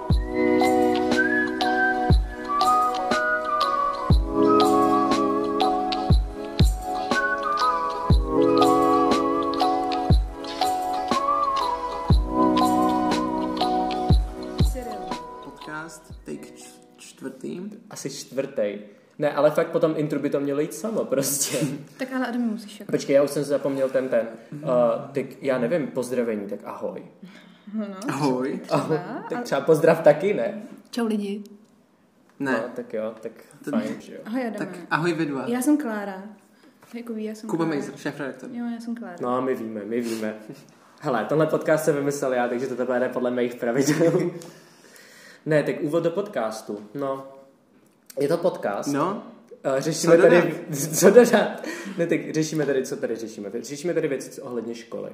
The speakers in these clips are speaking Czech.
Asi čtvrtý. Ne, ale fakt potom intro by to mělo jít samo prostě. Tak ale Adam musíš jako... Počkej, já už jsem si zapomněl ten. Tak já nevím, pozdravení, tak ahoj. No, ahoj. Ahoj. Tak třeba pozdrav taky, ne? Čau lidi. Ne. No, tak jo, tak fajn, že jo. Ahoj Adame. Tak ahoj vy dva. Já jsem Klára. Jako ví, já jsem Kuba Klára. Mejzer, šéfredaktor. Jo, já jsem Klára. No, my víme. Hele, tenhle podcast jsem vymyslel já, takže to teprve jde podle mých pravidel. Ne, tak úvod do podcastu. No, je to podcast. No. Řešíme tady... Co dodat? Ne, tak řešíme tady, co tady řešíme. Řešíme tady věci ohledně školy.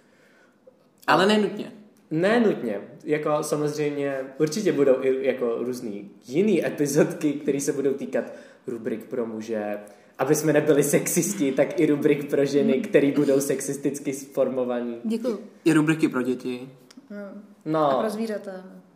Ale nenutně. Ne nutně. Jako samozřejmě určitě budou i jako různý jiný epizodky, které se budou týkat rubrik pro muže. Aby jsme nebyli sexisti, tak i rubrik pro ženy, které budou sexisticky sformovaný. Děkuju. I rubriky pro děti. No. A pro zvířata.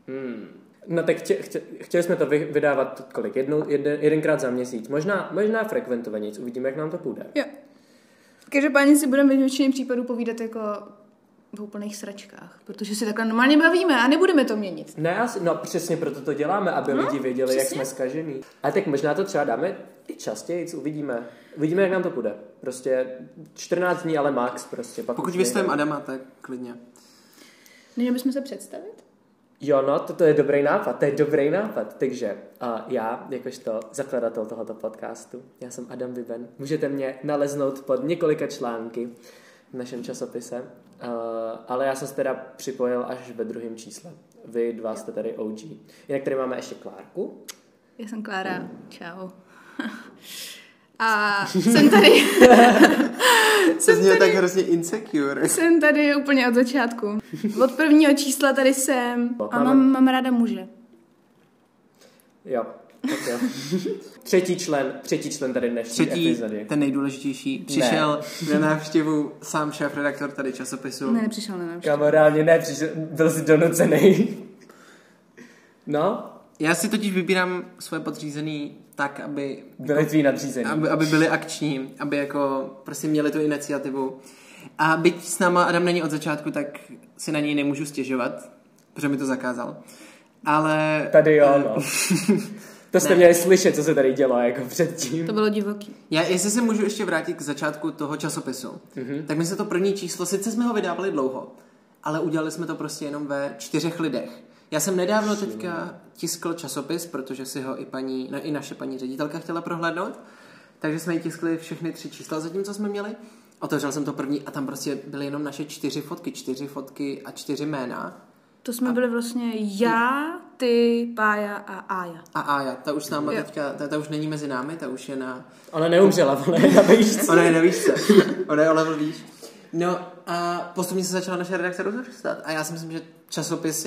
No tak chtěli jsme to vydávat kolik? Jedenkrát za měsíc. Možná frekventovanějc. Uvidíme, jak nám to půjde. Jo. Každopádně si budeme ve většině případů povídat jako v úplných sračkách, protože si takhle normálně bavíme a nebudeme to měnit. Ne, no přesně proto to děláme, aby lidi věděli, přesně, jak jsme zkažený. Ale tak možná to třeba dáme i častěji, uvidíme. Uvidíme, jak nám to půjde. Prostě 14 dní, ale max prostě. Pokud vystavím Adama, tak klidně. Neměli bychom se představit? Jo, no, to je dobrý nápad, takže já, jakožto zakladatel tohoto podcastu, já jsem Adam Viben, můžete mě naleznout pod několika články v našem časopise, ale já jsem se teda připojil až ve druhém čísle. Vy dva jste tady OG. Jinak tady máme ještě Klárku. Já jsem Klára, čau. A jsem tady... Jsem tady tak hrozně insecure. Jsem tady úplně od začátku. Od prvního čísla tady jsem a mám ráda muže. Jo, tak jo. Třetí člen tady dnešní epizody. Ten nejdůležitější. Přišel na návštěvu sám šéfredaktor tady časopisu. Ne, nepřišel na návštěvu. Kamarádně, byl jsi donucený. No? Já si totiž vybírám svoje podřízený tak, aby... Byli tví nadřízený. Aby byli akční, aby jako prostě měli tu iniciativu. A byť s náma Adam není od začátku, tak si na něj nemůžu stěžovat, protože mi to zakázal. Ale... Tady jo, no. To jste měli slyšet, co se tady dělo jako předtím. To bylo divoký. Jestli se můžu ještě vrátit k začátku toho časopisu, tak my se to první číslo, sice jsme ho vydávali dlouho, ale udělali jsme to prostě jenom ve 4 lidech. Já jsem nedávno teďka tiskl časopis, protože si ho i naše paní ředitelka chtěla prohlédnout, takže jsme ji tiskli všechny 3 čísla zatím, co jsme měli. Otevřel jsem to první a tam prostě byly jenom naše 4 fotky a 4 jména. To jsme byli vlastně já, ty, Pája a Ája. A Ája, ta už s náma teďka, ta už není mezi námi, ta už je na... Ona neumřela, ona je na výšce. Ona je na výšce, ona je o level výš. No a postupně se začala naše redakce rozrůstat a já si myslím, že časopis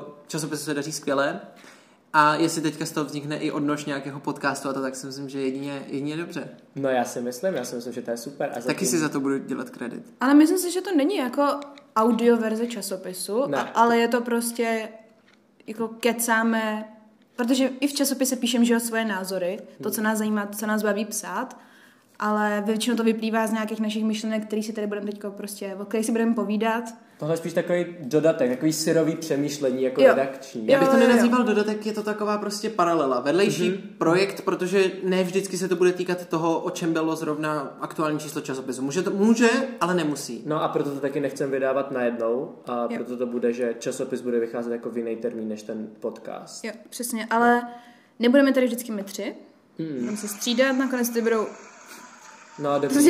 se daří skvěle a jestli teďka z toho vznikne i odnož nějakého podcastu a to, tak si myslím, že jedině dobře. No já si myslím, že to je super. A taky si za to budu dělat kredit. Ale myslím si, že to není jako audio verze časopisu, ale je to prostě jako kecáme, protože i v časopise píšem, že svoje názory, to, co nás zajímá, to, co nás baví psát, ale většinou to vyplývá z nějakých našich myšlenek, který si tady budeme teďko prostě, o kterých si budeme povídat. Tohle je spíš takový dodatek, takový syrový přemýšlení jako redakční. Já bych to nenazýval dodatek, je to taková prostě paralela, vedlejší projekt, protože ne vždycky se to bude týkat toho, o čem bylo zrovna aktuální číslo časopisu. Může, ale nemusí. No a proto to taky nechcem vydávat najednou a proto to bude, že časopis bude vycházet jako v jiný termín než ten podcast. Jo, přesně, ale nebudeme tady vždycky my 3. Budeme se střídat, nakonec ty budou... No, dobře,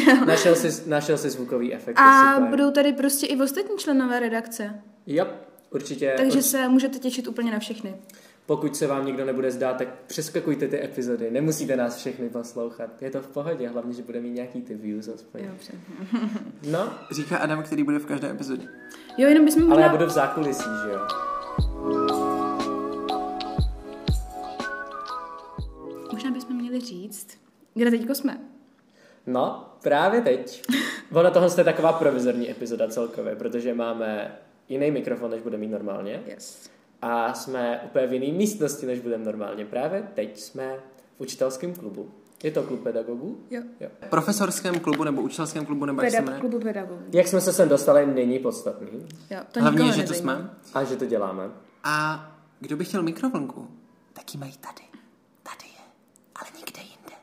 našel jsi zvukový efekt. A budou tady prostě i ostatní členové redakce. Jo, určitě. Takže se můžete těšit úplně na všechny. Pokud se vám někdo nebude zdát, tak přeskakujte ty epizody. Nemusíte nás všechny poslouchat. Je to v pohodě, hlavně, že bude mít nějaký ty views aspoň. Jo, přesně. No. Říká Adam, který bude v každé epizodě. Jo, jenom bychom Ale já budu v zákulisí, že jo? Možná bychom měli říct, kde teďko jsme. No, právě teď. Ono tohle je taková provizorní epizoda celkově, protože máme jiný mikrofon, než bude mít normálně. Yes. a jsme úplně v jiné místnosti, než budeme normálně. Právě teď jsme v učitelském klubu. Je to klub pedagogů? Jo. Profesorském klubu nebo učitelském klubu nebo jak se jmenuje? Klubu pedagogů. Jak jsme se sem dostali, není podstatný. Jo, to hlavně, že to jsme. A že to děláme. A kdo by chtěl mikrovlnku, tak ji mají tady. Tady je, ale nikde jinde.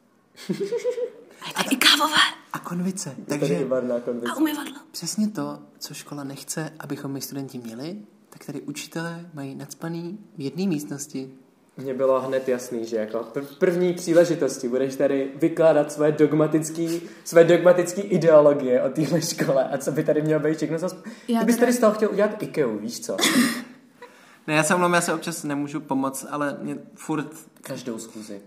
A je tady i kávovar. A konvice. Takže konvice. A umyvadlo. Přesně to, co škola nechce, abychom my studenti měli, tak tady učitelé mají nacpaný v jedné místnosti. Mně bylo hned jasný, že jako první příležitosti budeš tady vykládat své dogmatické ideologie o téhle škole a co by tady mělo být všechno. Ty bys tady z toho chtěl udělat IKEA, víš co? Ne, já se občas nemůžu pomoct, ale mě furt... Každou schůzi.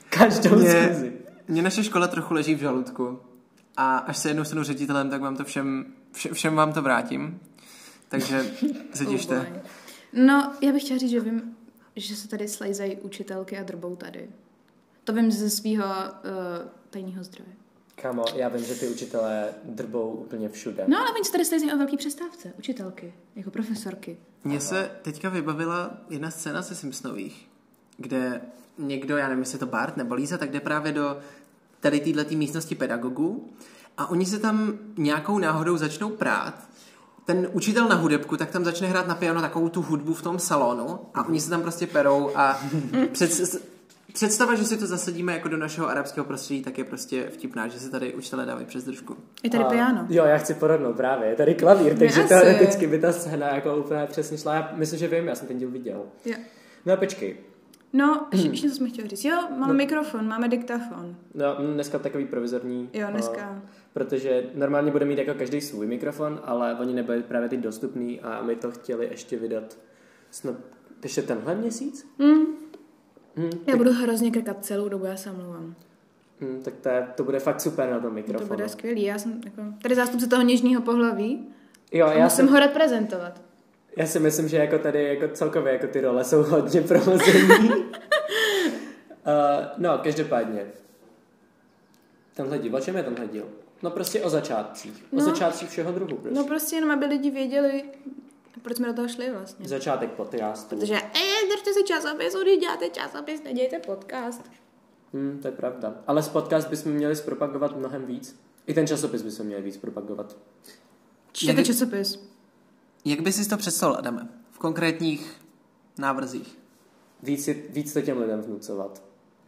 Mě naše škola trochu leží v žaludku a až se jednou stanu ředitelem, tak vám to všem vám to vrátím. Takže se těšte. No, já bych chtěla říct, že vím, že se tady slejzají učitelky a drbou tady. To vím ze svého tajného zdroje. Kámo, já vím, že ty učitelé drbou úplně všude. No, ale oni se tady slejzají o velký přestávce. Učitelky, jako profesorky. Mně se teďka vybavila jedna scéna ze Simpsonových, kde někdo, já nevím, jestli je to Bart nebo Lisa, tak jde právě do tady této místnosti pedagogů a oni se tam nějakou náhodou začnou prát. Ten učitel na hudebku, tak tam začne hrát na piano takovou tu hudbu v tom salonu a oni se tam prostě perou a představa, že si to zasadíme jako do našeho arabského prostředí, tak je prostě vtipná, že se tady učitelé dávají přes držku. Je tady piano. Jo, já chci poradnout právě, je tady klavír, takže teoreticky by ta scéna jako úplně přesně šla. Já myslím, že vím, já jsem ten díl viděl. Jo. No a počkej. No, ještě něco jsme chtěli říct. Jo, máme mikrofon, máme diktafon. No, dneska takový provizorní. Jo, dneska. Protože normálně bude mít jako každý svůj mikrofon, ale oni nebyli právě teď dostupný a my to chtěli ještě vydat snad ještě tenhle měsíc. Já budu hrozně krkat celou dobu, já se omlouvám. Tak to bude fakt super na tom mikrofonu. To bude skvělý, já jsem jako, tady zástupce toho něžního pohlaví. Jo, já musím ho reprezentovat. Já si myslím, že jako tady jako celkově jako ty role jsou hodně prohození. No, každopádně. Tenhle díl, o čem je tenhle díl? No prostě o začátcích. O začátcích všeho druhu. Prostě. No prostě jenom, aby lidi věděli, proč jsme do toho šli vlastně. Začátek podcastu. Protože, držte si časopis, když děláte časopis, nedějte podcast. To je pravda. Ale z podcast bychom měli zpropagovat mnohem víc. I ten časopis bychom měli víc propagovat. Čtěte časopis. Jak bys si to představil, Adame? V konkrétních návrzích? Víc to těm lidem vnucovat.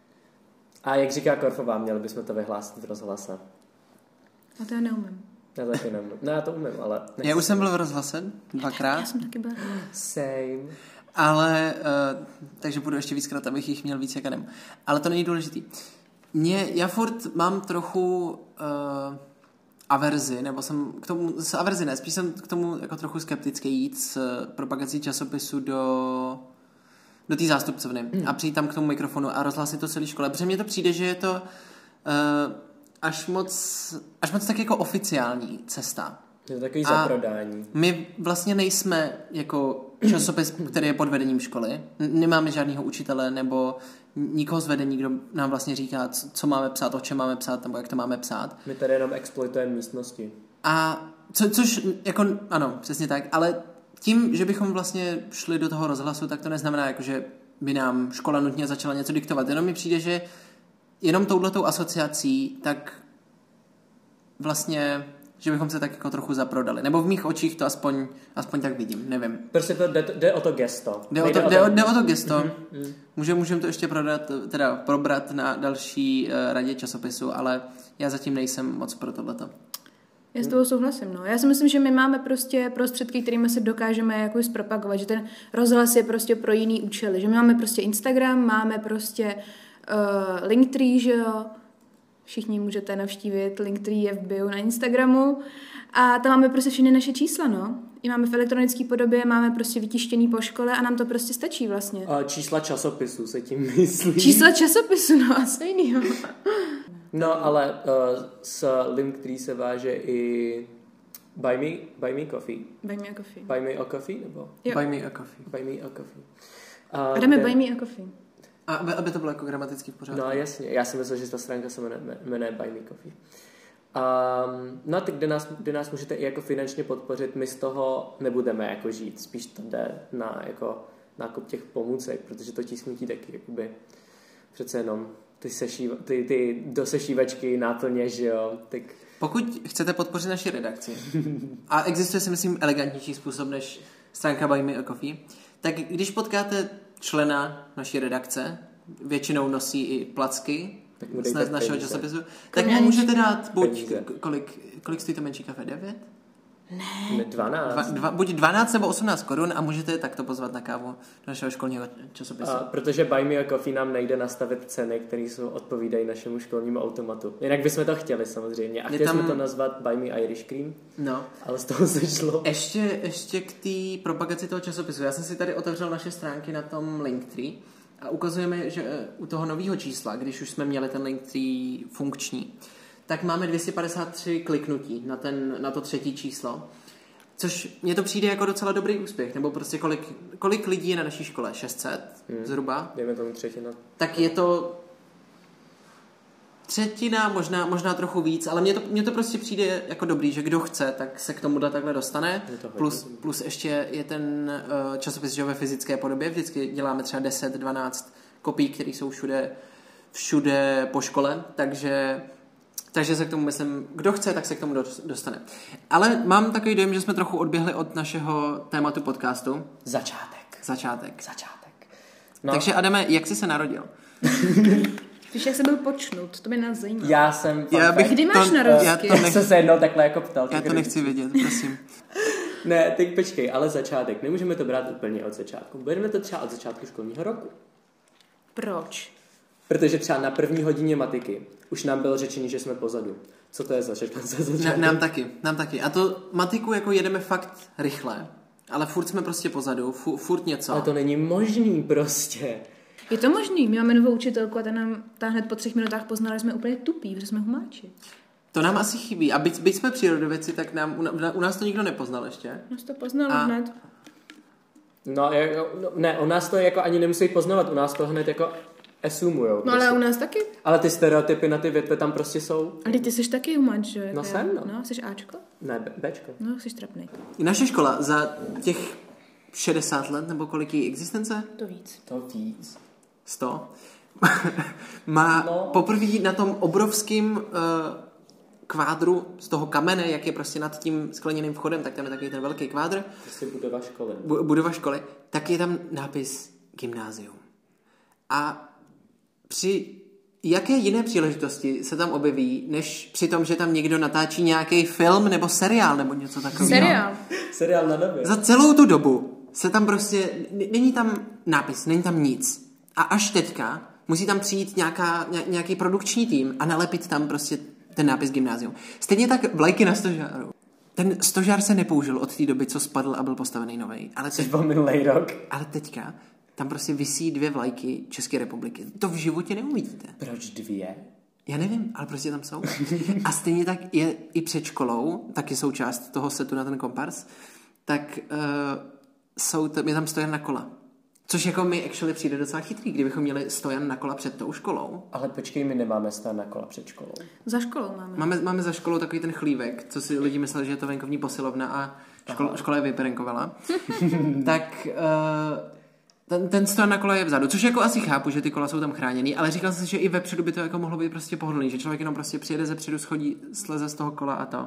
A jak říká Korfová, měli bychom to vyhlásit v rozhlase. A to já neumím. Já taky neumím. No já to umím, ale... Já už jsem byl v rozhlase 2krát. Já jsem taky byl. Same. Ale, takže budu ještě víckrát, abych jich měl víc jak Adam. Ale to není důležitý. Já furt mám trochu averzi, nebo jsem k tomu, averzi ne, spíš jsem k tomu jako trochu skeptický jít s propagací časopisu do té zástupcovny a přijít tam k tomu mikrofonu a rozhlásit to celé škole. Protože mně to přijde, že je to až moc tak jako oficiální cesta. Je to takový zaprodání. My vlastně nejsme jako časopis, který je pod vedením školy. Nemáme žádného učitele nebo nikoho z vedení, kdo nám vlastně říká, co máme psát, o čem máme psát, nebo jak to máme psát. My tady jenom exploitujeme místnosti. A což jako, ano, přesně tak, ale tím, že bychom vlastně šli do toho rozhlasu, tak to neznamená, jako, že by nám škola nutně začala něco diktovat. Jenom mi přijde, že jenom touhletou asociací, tak vlastně, že bychom se tak jako trochu zaprodali. Nebo v mých očích to aspoň tak vidím, nevím. Prostě to jde o to gesto. Jde o to gesto. Můžeme to ještě probrat na další radě časopisu, ale já zatím nejsem moc pro tohleto. Já s tebou souhlasím, no. Já si myslím, že my máme prostě prostředky, kterými se dokážeme jako zpropagovat, že ten rozhlas je prostě pro jiný účely, že my máme prostě Instagram, máme prostě Linktree, že jo. Všichni můžete navštívit, Linktree je v bio na Instagramu a tam máme prostě všechny naše čísla, no. I máme v elektronické podobě, máme prostě vytištěný po škole a nám to prostě stačí vlastně. A čísla časopisu se tím myslí. Čísla časopisu, no a stejnýho. No, ale s Linktree se váže i Buy Me Coffee. Buy Me a Coffee. Buy Me a Coffee, nebo? Jo. Buy Me a Coffee. Buy Me a Coffee. A jdeme Buy Me a Coffee. A aby to bylo jako gramaticky v pořádku. No jasně, já si myslel, že ta stránka se jmenuje Buy Me Coffee. No a ty, kde nás můžete i jako finančně podpořit, my z toho nebudeme jako žít, spíš to jde na jako nákup těch pomůcek, protože to tisknutí taky jakoby přece jenom ty do sešívačky náplně, že jo, tak... Pokud chcete podpořit naši redakci, a existuje si myslím elegantnější způsob než stránka Buy Me a Coffee, tak když potkáte člena naší redakce, většinou nosí i placky z našeho časopisu, tak mu můžete dát buď, kolik stojí to menší kafe, 9? Ne. 12. Buď 12 nebo 18 korun a můžete takto pozvat na kávu do našeho školního časopisu. Protože Buy Me a Coffee nám nejde nastavit ceny, které odpovídají našemu školnímu automatu. Jinak bychom to chtěli samozřejmě. A chtěli jsme to nazvat Buy Me Irish Cream, no. Ale z toho sešlo. Ještě k té propagaci toho časopisu. Já jsem si tady otevřel naše stránky na tom Linktree a ukazujeme, že u toho nového čísla, když už jsme měli ten Linktree funkční, tak máme 253 kliknutí na to třetí číslo, což mně to přijde jako docela dobrý úspěch, nebo prostě kolik lidí je na naší škole? 600 zhruba? Dejme tomu třetina. Tak je to třetina, možná trochu víc, ale mně to prostě přijde jako dobrý, že kdo chce, tak se k tomuhle takhle dostane. Plus ještě je ten časopis, že ve fyzické podobě, vždycky děláme třeba 10-12 kopií, které jsou všude po škole, takže se k tomu myslím, kdo chce, tak se k tomu dostane. Ale mám takový dojem, že jsme trochu odběhli od našeho tématu podcastu. Začátek. No. Takže Adame, jak jsi se narodil? Víš, jak jsem byl počnut, to by nás zajímalo. Kdy máš narozenky? Já jsem se jednou takhle jako ptal. Já to nechci vědět, prosím. Ne, teď počkej, ale začátek. Nemůžeme to brát úplně od začátku. Budeme to třeba od začátku školního roku. Proč? Protože třeba na první hodině matiky už nám bylo řečeno, že jsme pozadu. Co to je za začátek? Nám taky. A to matiku jako jedeme fakt rychle, ale furt jsme prostě pozadu, furt něco. Ale to není možný prostě. Je to možný. My máme novou učitelku a ta hned po 3 minutách poznala, že jsme úplně tupí, protože jsme humáči. To nám asi chybí. A byť jsme přírodovědci, tak u nás to nikdo nepoznal ještě. Nás to poznalo hned. Ne, u nás to jako ani nemusí poznovat, u nás to hned jako asumujou. No ale u nás taky. Ale ty stereotypy na ty větve tam prostě jsou. Ale ty jsi taky humáč, že? No jsem, no. No, jsi Ačko? Ne, Bčko. No, jsi trapnej. Naše škola za těch 60 let, nebo kolik je existence? To víc. 100. Má poprvé na tom obrovským kvádru z toho kamene, jak je prostě nad tím skleněným vchodem, tak tam je takový ten velký kvádr. Prostě budova školy. Tak je tam nápis gymnázium. A při jaké jiné příležitosti se tam objeví, než při tom, že tam někdo natáčí nějaký film nebo seriál nebo něco takového? Seriál na době. Za celou tu dobu se tam prostě, není tam nápis, není tam nic. A až teďka musí tam přijít nějaký produkční tým a nalepit tam prostě ten nápis gymnázium. Stejně tak vlajky na stožáru. Ten stožár se nepoužil od té doby, co spadl a byl postavený novej. Minulý rok. Ale teďka tam prostě visí 2 vlajky České republiky. To v životě neuvidíte. Proč 2? Já nevím, ale prostě tam jsou. A stejně tak je i před školou, taky součást toho setu na ten kompars, tak je tam stojan na kola. Což jako mi actually přijde docela chytrý, kdybychom měli stojan na kola před tou školou. Ale počkej, my nemáme stojan na kola před školou. Za školou máme. Máme za školou takový ten chlívek, co si lidi mysleli, že je to venkovní posilovna a škola je vyperenkovala. Tak ten stojan na kola je vzadu, což jako asi chápu, že ty kola jsou tam chráněný, ale říkal jsem si, že i vepředu by to jako mohlo být prostě pohodlný, že člověk jenom prostě přijede zepředu, schodí, sleze z toho kola a to.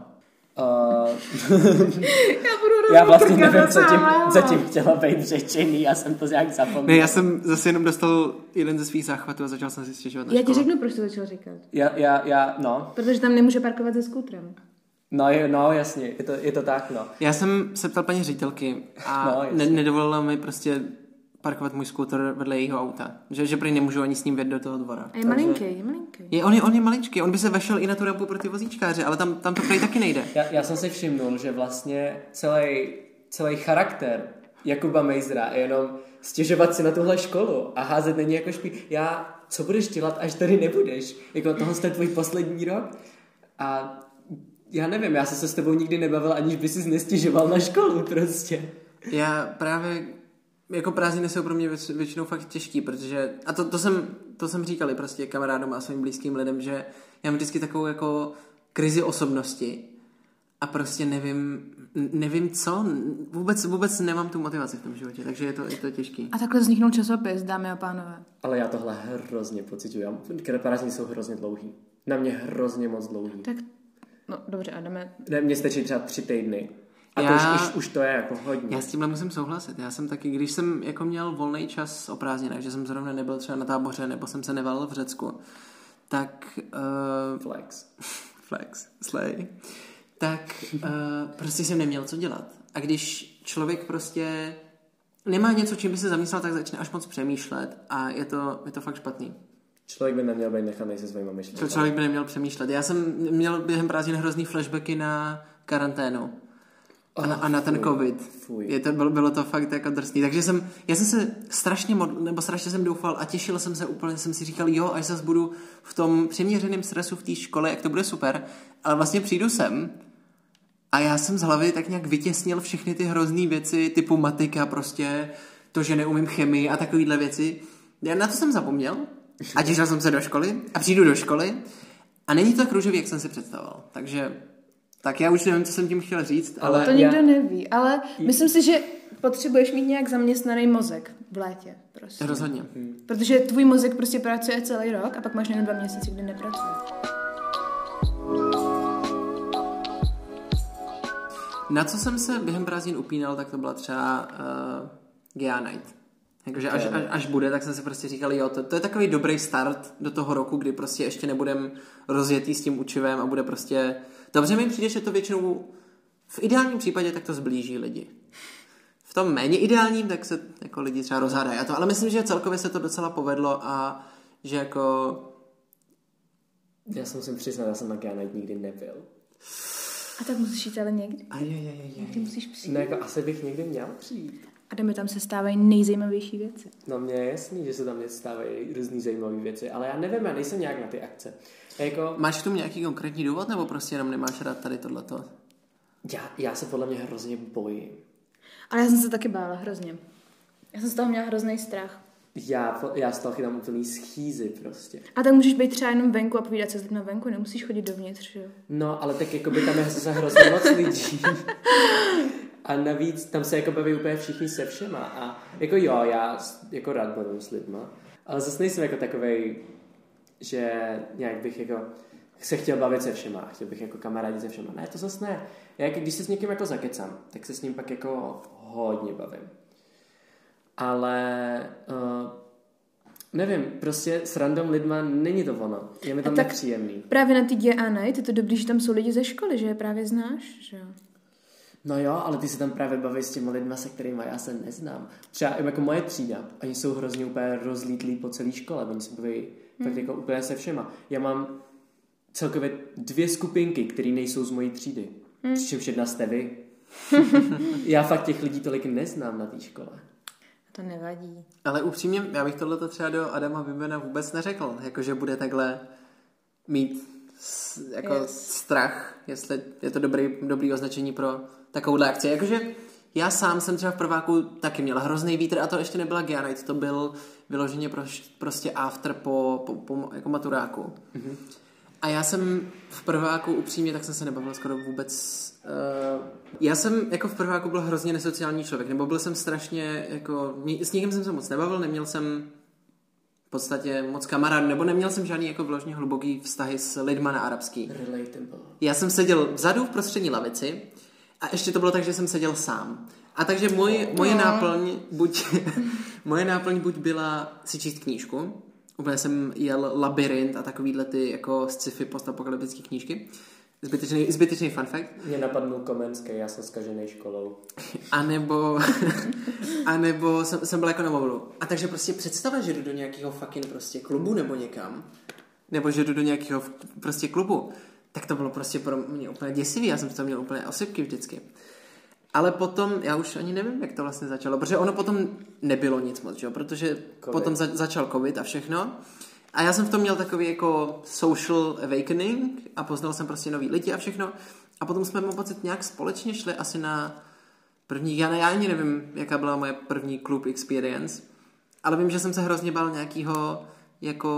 Já vlastně nevím, co tím chtěla být řečený, já jsem to nějak zapomněl. Ne, já jsem zase jenom dostal jeden ze svých záchvatů a začal jsem si stěžovat na školu. Já ti řeknu, proč to začal říkat. No. Protože tam nemůže parkovat se skútrem. No, jasně, je to tak, no. Já jsem se ptal paní ředitelky a nedovolila mi prostě parkovat můj skútr vedle jejího auta. Že prý nemůžu ani s ním vjet do toho dvora. A je malinký. On je maličký, on by se vešel i na tu rampu pro ty vozíčkáře, ale tam to prý taky nejde. Já jsem si všimnul, že vlastně celý charakter Jakuba Mejzra je jenom stěžovat si na tuhle školu a házet na ní jako co budeš dělat, až tady nebudeš? Jako tohle je tvůj poslední rok? A já nevím, já se s tebou nikdy nebavil, aniž by si nestěžoval na školu prostě. Já právě jako prázdniny jsou pro mě většinou fakt těžký, protože, a to jsem říkal i prostě kamarádům a svým blízkým lidem, že já mám vždycky takovou jako krizi osobnosti a prostě nevím co, vůbec nemám tu motivaci v tom životě, takže je to těžký. A takhle vzniknul časopis, dámy a pánové. Ale já tohle hrozně pociťuji. Prázdniny jsou hrozně dlouhý. Na mě hrozně moc dlouhý. Tak, no dobře, a jdeme... Ne, mně stačí třeba 3 týdny. A to už to je jako hodně. Já s tímhle musím souhlasit. Já jsem taky, když jsem jako měl volný čas o prázdninách, že jsem zrovna nebyl třeba na táboře, nebo jsem se nevalil v Řecku, tak... Flex, slay. Tak prostě jsem neměl co dělat. A když člověk prostě nemá něco, čím by se zamyslel, tak začne až moc přemýšlet a je to fakt špatný. Člověk by neměl být nechaný se svýma myšlenkami. Člověk by neměl přemýšlet. Já jsem měl během prázdnin hrozný flashbacky na karanténu. A na ten covid. Bylo to fakt jako drsný. Takže já jsem se strašně jsem doufal a těšil jsem se úplně, jsem si říkal, jo, až zase budu v tom přeměřeném stresu v té škole, jak to bude super. Ale vlastně přijdu sem a já jsem z hlavy tak nějak vytěsnil všechny ty hrozný věci typu matika, prostě to, že neumím chemii a takovýhle věci. Já na to jsem zapomněl a těšil jsem se do školy a přijdu do školy a není to tak růžový, jak jsem si představoval. Takže tak já už nevím, co jsem tím chtěl říct, ale... To nikdo neví, ale myslím si, že potřebuješ mít nějak zaměstnaný mozek v létě. Prostě. Rozhodně. Protože tvůj mozek prostě pracuje celý rok a pak máš jenom 2 měsíce, kdy nepracuje. Na co jsem se během prázdnin upínal, tak to byla třeba GA Night. Jakože až bude, tak jsem si prostě říkal, jo, to je takový dobrý start do toho roku, kdy prostě ještě nebudem rozjetý s tím učivem a bude prostě... Dobře mi přijde, že to většinou v ideálním případě tak to zblíží lidi. V tom méně ideálním, tak se jako lidi třeba rozhádají a to, ale myslím, že celkově se to docela povedlo a že jako... Já se musím přiznat, já jsem na GA Night nikdy nebyl. A tak musíš jít ale někdy. Někdy musíš přijít. No jako asi bych někdy měl přijít. A jdeme tam se stávají nejzajímavější věci. No mně je jasný, že se tam stávají různý zajímavé věci, ale já nevím, já nejsem nějak na ty akce. Jako... Máš k tomu nějaký konkrétní důvod, nebo prostě jenom nemáš rád tady tohleto? Já se podle mě hrozně bojím. Ale já jsem se taky bála hrozně. Já jsem z toho měla hrozný strach. Já z toho chytám úplný schýzy prostě. A tak můžeš být třeba jenom venku a povídat se s lidmi venku, nemusíš chodit dovnitř, jo? No, ale tak jako by tam je zase hrozně moc lidí. A navíc tam se jako baví úplně všichni se všema. A jako jo, já jako rád bavím s lidma, ale zase nejsem jako takovej, že nějak bych jako se chtěl bavit se všema, chtěl bych jako kamarádit se všema. Ne, to zase ne. Já když se s někým jako zakecám, tak se s ním pak jako hodně bavím. Ale nevím, prostě s random lidma není to ono. Je mi tam nepříjemný. Právě na ty GA Night je to dobrý, že tam jsou lidi ze školy, že je právě znáš, že jo? No jo, ale ty se tam právě baví s těmi lidma, se kterými já se neznám. Třeba jako moje třída, oni jsou hrozně úplně rozlítlí po celé škole, oni se baví fakt jako úplně se všema. Já mám celkově 2 skupinky, které nejsou z mojí třídy. Přičemž jedna jste vy. Já fakt těch lidí tolik neznám na té škole. To nevadí. Ale upřímně, já bych tohleto třeba do Adama Vibena vůbec neřekl. Jakože bude takhle mít strach, jestli je to dobrý označení pro takovouhle akci. Jakože já sám jsem třeba v prváku taky měl hrozný vítr a to ještě nebyla GA Night, to byl vyloženě prostě after po jako maturáku. Mm-hmm. A já jsem v prváku upřímně, tak jsem se nebavil skoro vůbec. Já jsem jako v prváku byl hrozně nesociální člověk, nebo byl jsem strašně jako, s nikým jsem se moc nebavil, neměl jsem v podstatě moc kamarádů, nebo neměl jsem žádný jako vložně hluboký vztahy s lidma na arabský. Relatable. Já jsem seděl vzadu v prostřední lavici a ještě to bylo tak, že jsem seděl sám. A takže moje náplň buď byla si číst knížku, úplně jsem jel Labyrint a takovýhle ty jako sci-fi postapokalyptické knížky. Zbytečný fun fact. Mě napadnul Komenský, já jsem zkažený školou. A nebo jsem byl jako na mobilu. A takže prostě představa, že jdu do nějakého fucking prostě klubu nebo někam, nebo že jdu do nějakého prostě klubu, tak to bylo prostě pro mě úplně děsivý. Já jsem to měl úplně osypky vždycky. Ale potom, já už ani nevím, jak to vlastně začalo, protože ono potom nebylo nic moc, že? Protože COVID. Potom začal covid a všechno. A já jsem v tom měl takový jako social awakening a poznal jsem prostě nový lidi a všechno. A potom jsme, mám pocit, nějak společně šli asi na první, já ani nevím, jaká byla moje první klub experience, ale vím, že jsem se hrozně bál nějakého jako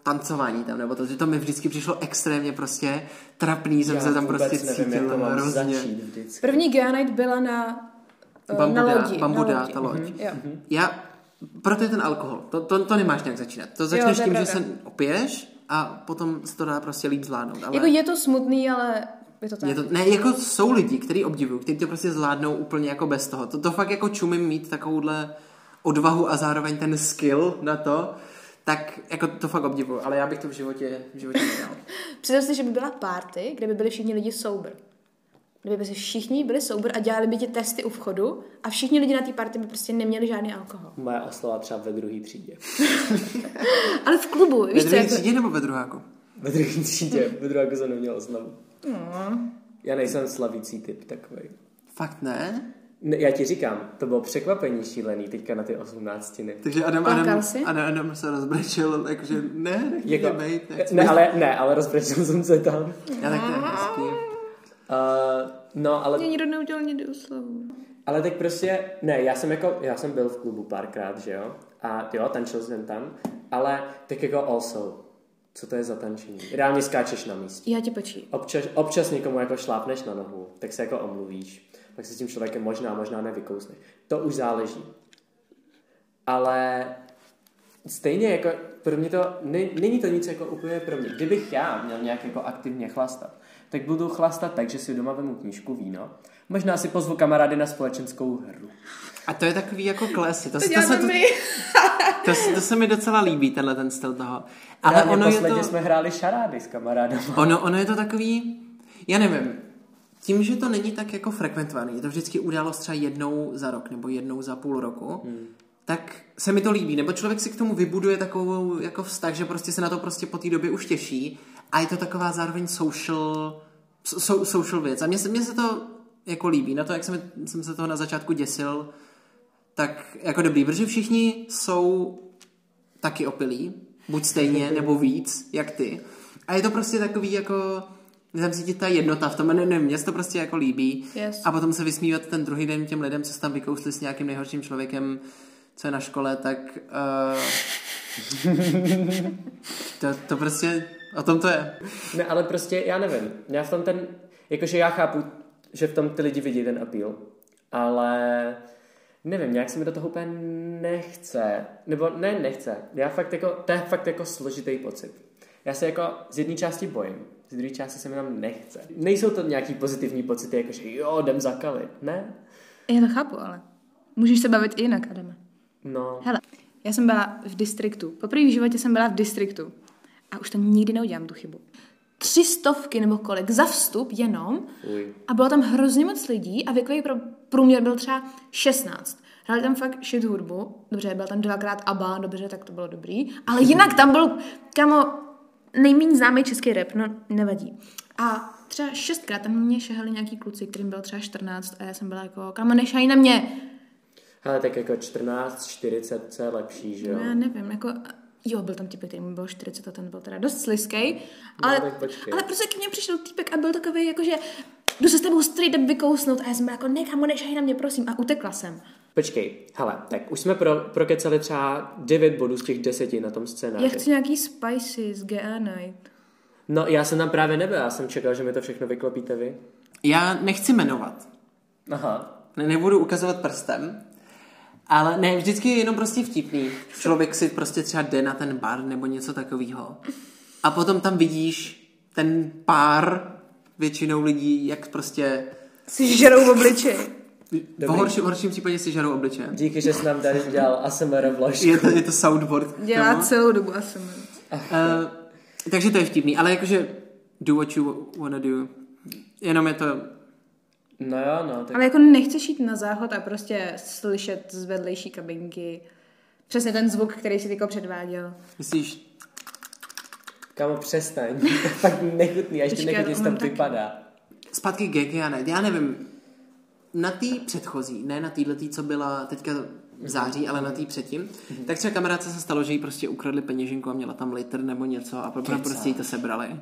tancování tam, nebo to, že to mi vždycky přišlo extrémně prostě trapný, jsem se tam prostě cítil hrozně. První GA Night byla na lodi. Bambuda, ta loď. Proto je ten alkohol. To nemáš nějak začínat. To začneš tím, že se opiješ a potom se to dá prostě líp zvládnout. Ale... Jako je to smutný, ale je to tak. Jako jsou lidi, kteří obdivují, kteří to prostě zvládnou úplně jako bez toho. To fakt jako čumím mít takovouhle odvahu a zároveň ten skill na to, tak jako to fakt obdivuju, ale já bych to v životě nedal. Představ si, že by byla party, kde by byli všichni lidi sober. Kdyby by se všichni byli sober a dělali by ti testy u vchodu a všichni lidi na té party by prostě neměli žádný alkohol. Moje oslava třeba ve druhé třídě. Ale v klubu, víš co? Ve druhé třídě nebo ve druháku? Ve druhé třídě. Ve druháku jsem neměl oslavu. Já nejsem slavící typ takovej. Fakt ne? Ne, já ti říkám, to bylo překvapení šílený teďka na ty 18. Takže Adam se rozbrečil, jakože nechci být. Ale rozbrečil jsem se tam. Já tak to je hezký. No, ale... Mě nikdo neudělal nikdy oslavu. Ale tak prostě, já jsem byl v klubu párkrát, že jo? A jo, tančil jsem tam, ale tak jako also, co to je za tančení? Reálně skáčeš na místě. Já tě počí. Občas někomu jako šlápneš na nohu, tak se jako omluvíš. Pak se s tím člověkem možná nevykousneš. To už záleží. Ale stejně jako pro mě to, není to nic jako úplně pro mě. Kdybych já měl nějak jako aktivně chlastat, tak budu chlastat tak, že si doma vemu knížku, víno, možná si pozvu kamarády na společenskou hru. A to je takový jako klesy. To se mi docela líbí, ten styl toho. Ale posledně jsme hráli šarády s kamarádama. Ono je to takový, já nevím, tím, že to není tak jako frekventovaný, je to vždycky událost třeba jednou za rok nebo jednou za půl roku, tak se mi to líbí. Nebo člověk si k tomu vybuduje takovou jako vztah, že prostě se na to prostě po té době už těší a je to taková zároveň social věc. A mně se to jako líbí. Na to, jak jsem se toho na začátku děsil, tak jako dobrý, protože všichni jsou taky opilí, buď stejně nebo víc, jak ty. A je to prostě takový jako... Tam cítit ta jednota v tom, nevím, mě se to prostě jako líbí. Yes. A potom se vysmívat ten druhý den těm lidem, co se tam vykousli s nějakým nejhorším člověkem, co je na škole, tak to prostě, o tom to je. Ne, ale prostě, já nevím, já v tom jakože já chápu, že v tom ty lidi vidí ten appeal, ale nevím, nějak se mi do toho úplně nechce, nebo nechce, to je fakt jako složitý pocit. Já se jako z jedné části bojím, z druhé části se mi tam nechce. Nejsou to nějaký pozitivní pocity, jakože jo, jdem zakalit, ne? Já to chápu, ale můžeš se bavit i jinak, Adame. No. Hele, já jsem byla v distriktu. Poprvé v životě jsem byla v distriktu. A už to nikdy neudělám, tu chybu. 300 nebo kolik za vstup jenom. Uj. A bylo tam hrozně moc lidí a věkový průměr byl třeba 16. Hráli tam fakt shit hudbu. Dobře, byl tam 2x ABBA, dobře, tak to bylo dobrý. Ale jinak tam byl, nejméně známý český rap, no nevadí. A třeba 6krát tam mě šahali nějaký kluci, kterým bylo třeba 14 a já jsem byla jako, kámo, nešají na mě. Ale tak jako 14, 40, co je lepší, že jo? No, já nevím, jako, jo, byl tam typek, který mu byl 40 a ten byl teda dost slizkej, ale prostě k mně přišel týpek a byl takový, jakože jdu se s tebou straight up vykousnout a já jsem byla jako, nekamo, nešají na mě, prosím, a utekla jsem. Počkej, hele, tak už jsme prokecali třeba 9 bodů z těch 10 na tom scénáři. Já chci nějaký spicy z GA Night. No, já jsem tam právě nebyl, já jsem čekal, že mi to všechno vyklopíte vy. Já nechci jmenovat. Aha. Nebudu ukazovat prstem, ale ne, vždycky je jenom prostě vtipný. Člověk si prostě třeba jde na ten bar nebo něco takového. A potom tam vidíš ten pár většinou lidí, jak prostě... Si žerou v obličeji. V horším případě si žerou obličeje. Díky, že jsi nám tady dělal ASMR vložku. Je to soundboard. Dělá celou dobu ASMR. Takže to je vtipný, ale jakože do what you wanna do. Jenom je to... No jo, no. Tak... Ale jako nechceš jít na záchod a prostě slyšet z vedlejší kabinky přesně ten zvuk, který si tyko předváděl. Myslíš? Kámo, přestaň. To je fakt nechutný, a ještě nechutně se tam vypadá. Zpátky GGA Night. Já nevím, na té předchozí, ne na této, co byla teďka v září, ale na té předtím, tak třeba kamarádce se stalo, že jí prostě ukradli peněženku a měla tam litr nebo něco a prostě jí to sebrali.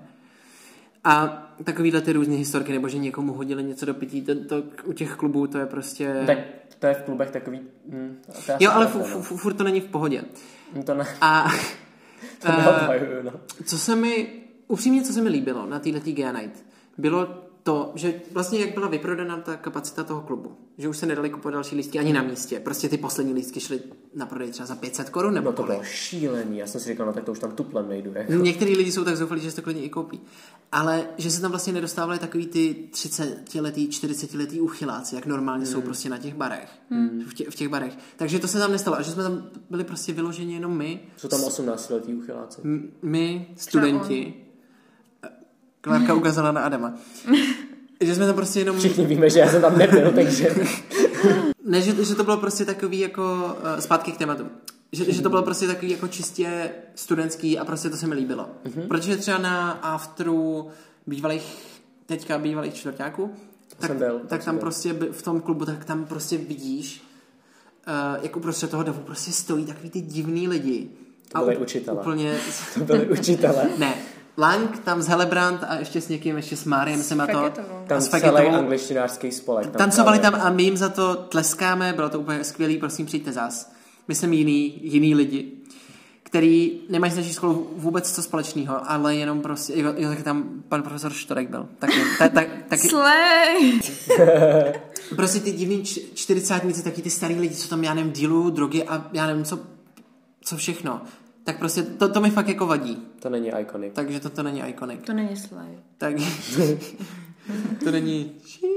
A takovýhle ty různé historky, nebo že někomu hodili něco do pití, to u těch klubů to je prostě... Tak to je v klubech takový... Jo, ale furt to není v pohodě. To ne. A Co se mi líbilo na této GA Night, bylo to, že vlastně jak byla vyprodaná ta kapacita toho klubu, že už se nedali kupovat další lístky ani na místě. Prostě ty poslední lístky šly na prodej třeba za 500 korun nebo to bylo šílený. Já jsem si říkal, no tak to už tam tuplem nejdu. Jako. Některý lidi jsou tak zoufalí, že se to klidně i koupí. Ale že se tam vlastně nedostávali takový ty 30letý, 40letý uchyláci, jak normálně jsou prostě na těch barech. V těch barech. Takže to se tam nestalo. A že jsme tam byli prostě vyloženi jenom my. Jsou tam 18letý uchyláci. My, studenti. Klárka ukázala na Adama. Že jsme tam prostě jenom... Všichni víme, že já jsem tam nebyl, takže... Ne, že to bylo prostě takový jako... Zpátky k tématu. Že to bylo prostě takový jako čistě studentský a prostě to se mi líbilo. Protože třeba na afteru bývalých čtvrťáků, tak tam prostě v tom klubu, tak tam prostě vidíš, jak uprostřed toho davu prostě stojí takový ty divný lidi. To byli učitelé. Úplně... To byli učitelé. Ne. Lang tam s Helebrand a ještě s někým, ještě s Máriem jsem na to. Tam celý angličtinářský spolek. Tancovali tam a my jim za to tleskáme, bylo to úplně skvělý, prosím přijďte zas. My jsme jiný lidi, který nemají s naší školou vůbec co společného, ale jenom prostě, jo, tak tam pan profesor Štorek byl. Taky. Slej! Prostě ty divný 40níci, taky ty starý lidi, co tam, já nevím, dealují drogy a já nevím, co všechno. Tak prostě to mi fakt jako vadí. To není iconic. Takže to není iconic. To není slej. Tak to není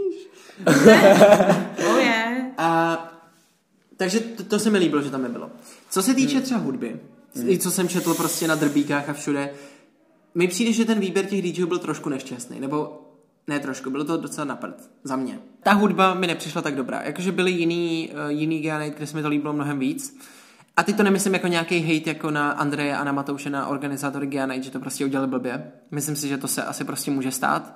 takže to se mi líbilo, že tam nebylo. Co se týče třeba hudby, i co jsem četl prostě na drbíkách a všude, mi přijde, že ten výběr těch DJů byl trošku nešťastný, nebo ne trošku, bylo to docela na prd, za mě. Ta hudba mi nepřišla tak dobrá, jakože byly jiný GA Night, kde se mi to líbilo mnohem víc. A teď to nemyslím jako nějaký hate jako na Andreje a na Matouše, na organizátory GA Night, že to prostě udělali blbě. Myslím si, že to se asi prostě může stát.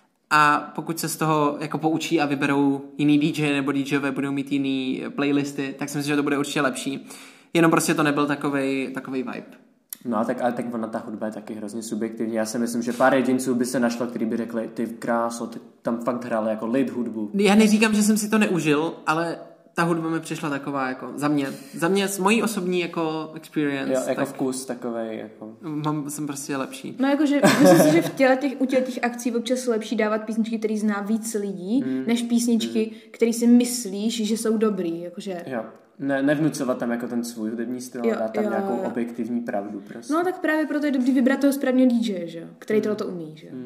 A pokud se z toho jako poučí a vyberou jiný DJ nebo DJové budou mít jiný playlisty, tak si myslím, že to bude určitě lepší. Jenom prostě to nebyl takovej vibe. No ale tak ona ta hudba je taky hrozně subjektivní. Já si myslím, že pár jedinců by se našlo, který by řekli, ty kráso, ty tam fakt hráli jako lid hudbu. Já neříkám, že jsem si to neužil, ale ta hudba mi přišla taková jako za mě z mojí osobní jako experience. Jo, jako tak, vkus takovej jako. Jsem prostě lepší. No jakože myslím si, že u těch akcí občas lepší dávat písničky, který zná víc lidí, než písničky, který si myslíš, že jsou dobrý, jakože. Jo. Nevnucovat tam jako ten svůj hudební styl, ale dát tam nějakou objektivní pravdu prostě. No tak právě proto je dobrý vybrat toho správného DJ, že jo, který tohle to umí, že jo.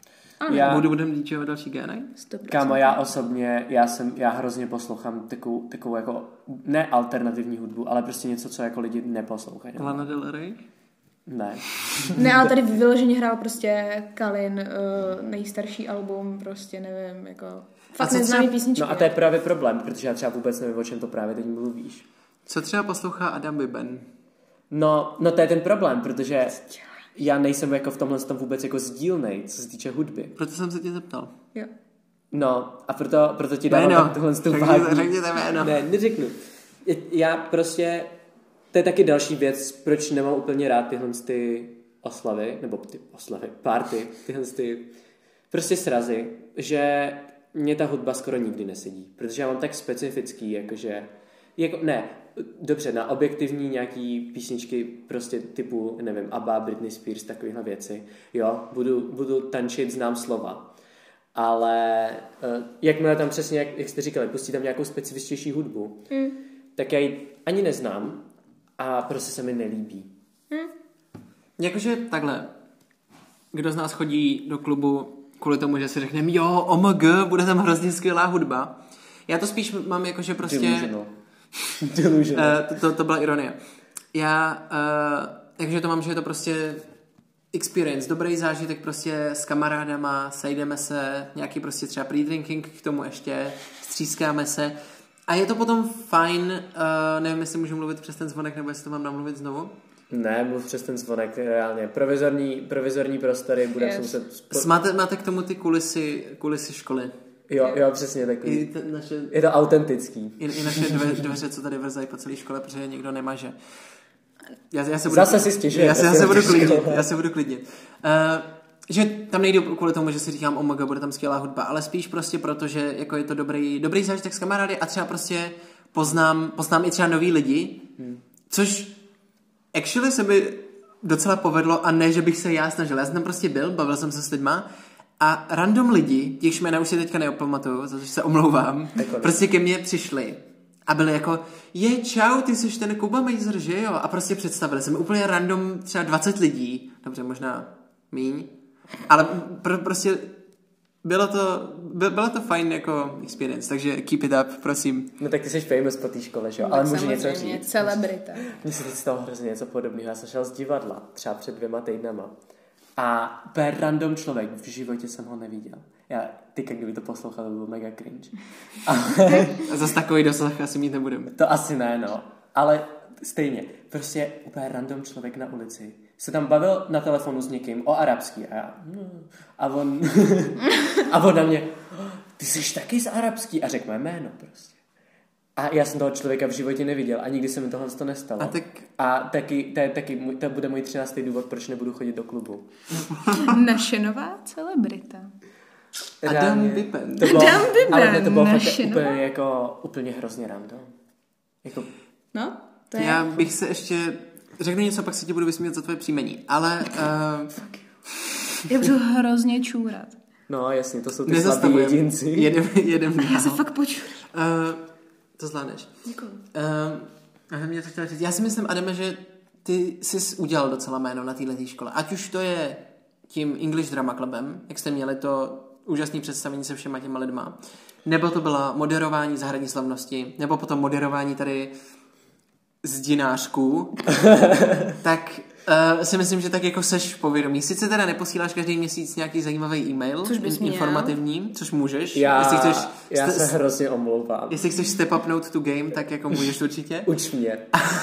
Budeme DJovat další GA Night? Kámo, já osobně, já hrozně poslouchám takovou jako, ne alternativní hudbu, ale prostě něco, co jako lidi neposlouchají. Lana Del Rey? Ne. Ne, ale tady vyloženě hrál prostě Kalin nejstarší album, prostě nevím, jako fakt neznámý písničky. No a to je právě problém, protože já třeba vůbec nevím, o čem to právě teď mluvíš. Co třeba poslouchá Adam Biben? No to je ten problém, protože já nejsem jako v tomhle tom vůbec jako sdílnej, co se týče hudby. Proto jsem se tě zeptal. Jo. No a proto ti dávám tohle vágní. Řekněte jméno. Ne, neřeknu. Já prostě, to je taky další věc, proč nemám úplně rád tyhle ty oslavy, nebo ty oslavy, party, tyhle ty prostě srazy, že mě ta hudba skoro nikdy nesedí, protože já mám tak specifický, jakože, dobře, na objektivní nějaký písničky prostě typu, nevím, ABBA, Britney Spears, takovéhle věci, jo, budu tančit, znám slova, ale jakmile tam přesně, jak jste říkali, pustí tam nějakou specifičtější hudbu, tak já ji ani neznám a prostě se mi nelíbí. Jakože takhle, kdo z nás chodí do klubu kvůli tomu, že si řekneme, jo, OMG, bude tam hrozně skvělá hudba. Já to spíš mám jakože prostě... Delusional. To byla ironie. Takže to mám, že je to prostě experience, dobrý zážitek prostě s kamarádama, sejdeme se, nějaký prostě třeba pre-drinking k tomu ještě, střískáme se a je to potom fajn, nevím, jestli můžu mluvit přes ten zvonek, nebo jestli to mám namluvit znovu. Ne, mluv přes ten zvonek, reálně. Provizorní prostory, budeme muset... Máte k tomu ty kulisy školy. Jo, přesně takový. Je to autentický. I naše dveře, co tady vrzají po celé škole, protože někdo nemaže. Zase si stěžuje. Já se budu klidnit. Že tam nejde kvůli tomu, že si říkám, omega, bude tam skvělá hudba, ale spíš prostě proto, že jako je to dobrý zážitek s kamarády a třeba prostě poznám i třeba nový lidi, což actually se mi docela povedlo a ne, že bych se já snažil. Já jsem tam prostě byl, bavil jsem se s lidma a random lidi, jejichž jména už si teďka neopamatuju, za to se omlouvám, prostě ke mně přišli a byli jako, čau, ty jsi ten Kuba Mejzer, že jo? A prostě představili jsem úplně random třeba 20 lidí, dobře, možná míň, ale prostě byla to fajn jako experience, takže keep it up, prosím. No tak ty jsi famous po té škole, že jo? No, ale můžu něco říct. Celebrita. Mně se teď stalo hrozně něco podobného. Já jsem šel z divadla, třeba před 2 týdnama. A úplně random člověk, v životě jsem ho neviděl. Teďka, kdyby to poslouchal, to bylo mega cringe. A zase takový dosah asi mít nebudeme. To asi ne, no. Ale stejně, prostě úplně random člověk na ulici se tam bavil na telefonu s někým o arabský a já, a on na mě, ty jsi taky z arabský a řekl mé jméno prostě. A já jsem toho člověka v životě neviděl a nikdy se mi tohle nestalo. A to bude můj 13. důvod, proč nebudu chodit do klubu. Naše nová celebrita. Adam Biben. Ale to bylo fakt úplně hrozně random. Jako... No, to je... Já bych se ještě... Řeknu něco, pak se ti budu vysmívat za tvoje příjmení, ale... Já budu hrozně čůrat. No jasně, to jsou ty slabí jedinci. Jedem já se fakt počuru. To zvládneš. Děkuju. Já si myslím, Adame, že ty jsi udělal docela jméno na této škole. Ať už to je tím English Drama Clubem, jak jste měli to úžasné představení se všema těma lidma, nebo to byla moderování zahradní slavnosti, nebo potom moderování tady z dinářků, tak si myslím, že tak jako seš povědomí. Sice teda neposíláš každý měsíc nějaký zajímavý e-mail, informativní, což můžeš. Já se hrozně omlouvám. Jestli chceš step upnout tu game, tak jako můžeš určitě. Uč mě.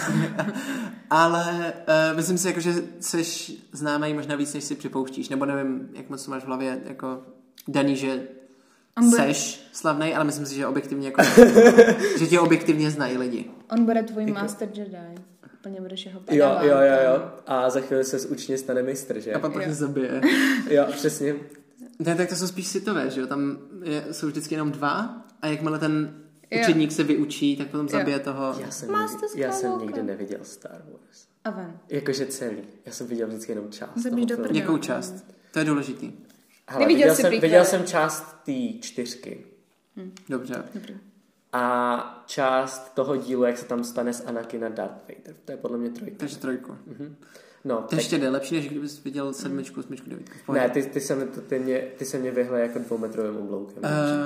Ale myslím si, jako, že seš známý možná víc, než si připouštíš. Nebo nevím, jak moc máš v hlavě jako daný, že seš slavnej, ale myslím si, že objektivně jako, že tě objektivně znají lidi. On bude tvůj Master Jedi. Úplně budeš jeho padaván. Jo. A za chvíli se z učně stane mistr, že? A pak se zabije. Jo, přesně. Ne, tak to jsou spíš sitové, že jo? Tam jsou vždycky jenom 2 a jakmile ten učedník se vyučí, tak potom zabije toho. Já jsem nikdy neviděl Star Wars. A ven. Jakože celý. Já jsem viděl vždycky jenom část. Jakou část? To je důležitý. Hele, viděl jsem část té 4. Dobře. A část toho dílu, jak se tam stane z Anakina Darth Vader. To je podle mě 3. Takže 3. No, to ještě jde lepší, než kdybys viděl 7, 8, 9. Ne, ty se mě vyhle jako 2metrovým obloukem.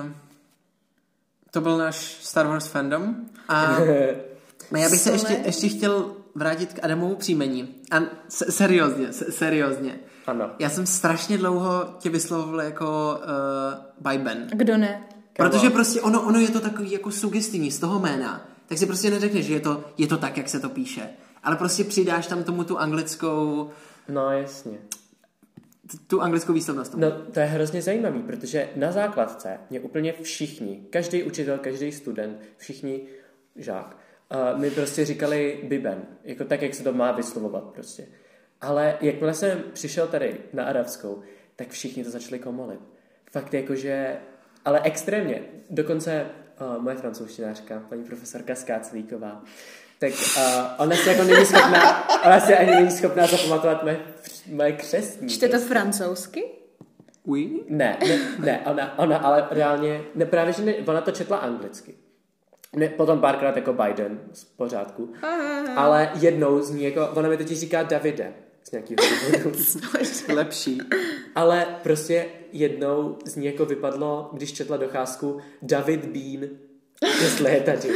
To byl náš Star Wars fandom. A já bych se ještě chtěl vrátit k Adamovu příjmení. A seriózně. Ano. Já jsem strašně dlouho tě vyslovoval jako Biben. Kdo ne? Protože prostě ono je to takový jako sugestivní z toho jména. Tak si prostě neřekneš, že je to tak, jak se to píše. Ale prostě přidáš tam tomu tu anglickou... No jasně. Tu anglickou výslovnost. No to je hrozně zajímavý, protože na základce mě úplně všichni, každý učitel, každý student, všichni žák, mi prostě říkali Biben. Jako tak, jak se to má vyslovovat prostě. Ale jakmile jsem přišel tady na arabskou, tak všichni to začali komolit. Fakt jakože... Ale extrémně. Dokonce moje francouzštinářka, paní profesorka Skáclíková, tak ona si ani není schopná zapamatovat moje křestní. Čte to francouzsky? Oui? Ne, ona ale reálně, ne, právě, že ne, ona to četla anglicky. Ne, potom párkrát jako Biden, z pořádku. Ale jednou z ní jako, ona mi totiž říká Davide. Z nějakého důvodu. Lepší. Ale prostě jednou z ní jako vypadlo, když četla docházku, David Bean, jestli je tady.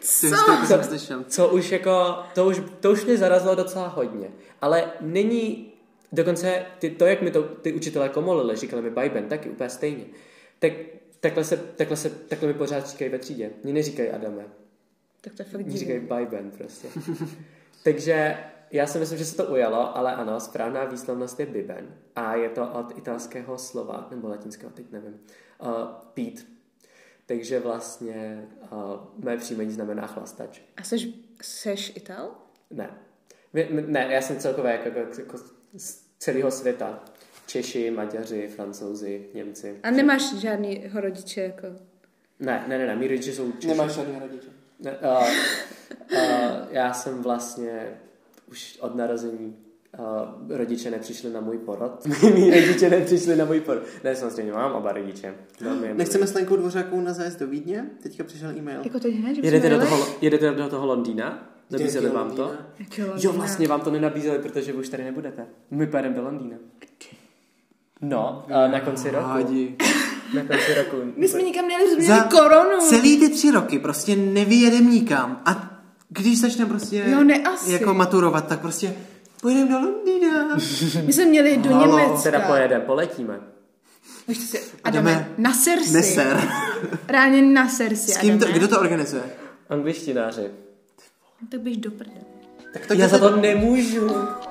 Co už jako, to už mě zarazilo docela hodně. Ale není, dokonce to, jak mi to ty učitelé komolili, říkali mi Biben, taky úplně stejně. Takhle mi pořád říkají ve třídě. Mně neříkají Adame. Tak to je fakt Mně říkají Biben prostě. Takže já si myslím, že se to ujalo, ale ano, správná výslovnost je Biben. A je to od italského slova, nebo latinského, teď nevím, pít. Takže vlastně mé příjmení znamená chlastač. A seš Ital? Ne, já jsem celkově jako z celého světa. Češi, Maďaři, Francouzi, Němci. A nemáš žádnýho rodiče jako... Ne, mý rodiče jsou Češi. Nemáš žádného rodiče? Já jsem vlastně už od narození rodiče nepřišli na můj porod. Mí rodiče nepřišli na můj porod. Ne, samozřejmě mám oba rodiče. Nechceme s Lenkou Dvořákovou na zájezd do Vídně? Teďka přišel e-mail. Jako teď ne, že jedete do toho Londýna? Nabízeli vám to? Jo, vlastně vám to nenabízeli, protože vy už tady nebudete. My pojedeme do Londýna. No, na konci roku. Na konci roku. My jsme nikam nejeli, jsme měli koronu. Celý ty 3 roky prostě nevyjedem nikam. A když začneme prostě jako maturovat, tak prostě pojedeme do Londýna. My jsme měli do Německa. Teda poletíme. Adame, na Sersi. Neser. Ráně na Sersi, s kým to, kdo to organizuje? Angličtináři. Tak běž do prdele. Tak já za to nemůžu.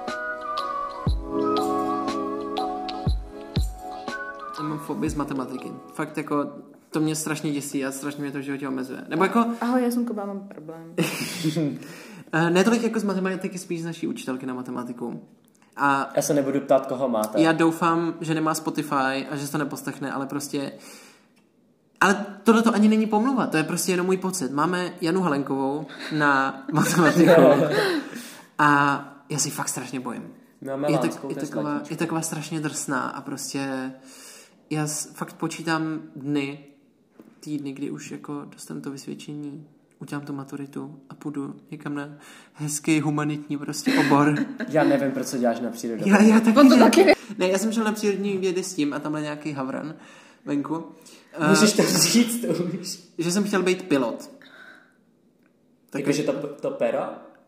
Já mám fobii z matematiky. Fakt jako, to mě strašně děsí a strašně mě to v životě omezuje. Nebo jako... Ahoj, já jsem Kuba, mám problém. Ne tolik jako z matematiky, spíš z naší učitelky na matematiku. A já se nebudu ptát, koho máte. Já doufám, že nemá Spotify a že se to neposlechne, ale prostě... Ale tohle to ani není pomluva, to je prostě jenom můj pocit. Máme Janu Halenkovou na matematiku a já si fakt strašně bojím. Je taková strašně drsná a prostě já fakt počítám týdny, kdy už jako dostanu to vysvědčení, udělám tu maturitu a půjdu někam na hezký humanitní prostě obor. Já nevím, proč to děláš na přírodu. Já taky. Ne, já jsem šel na přírodní vědy s tím a tamhle nějaký havran venku. Můžeš to říct, to už. Že jsem chtěl být pilot. Jakože to pero?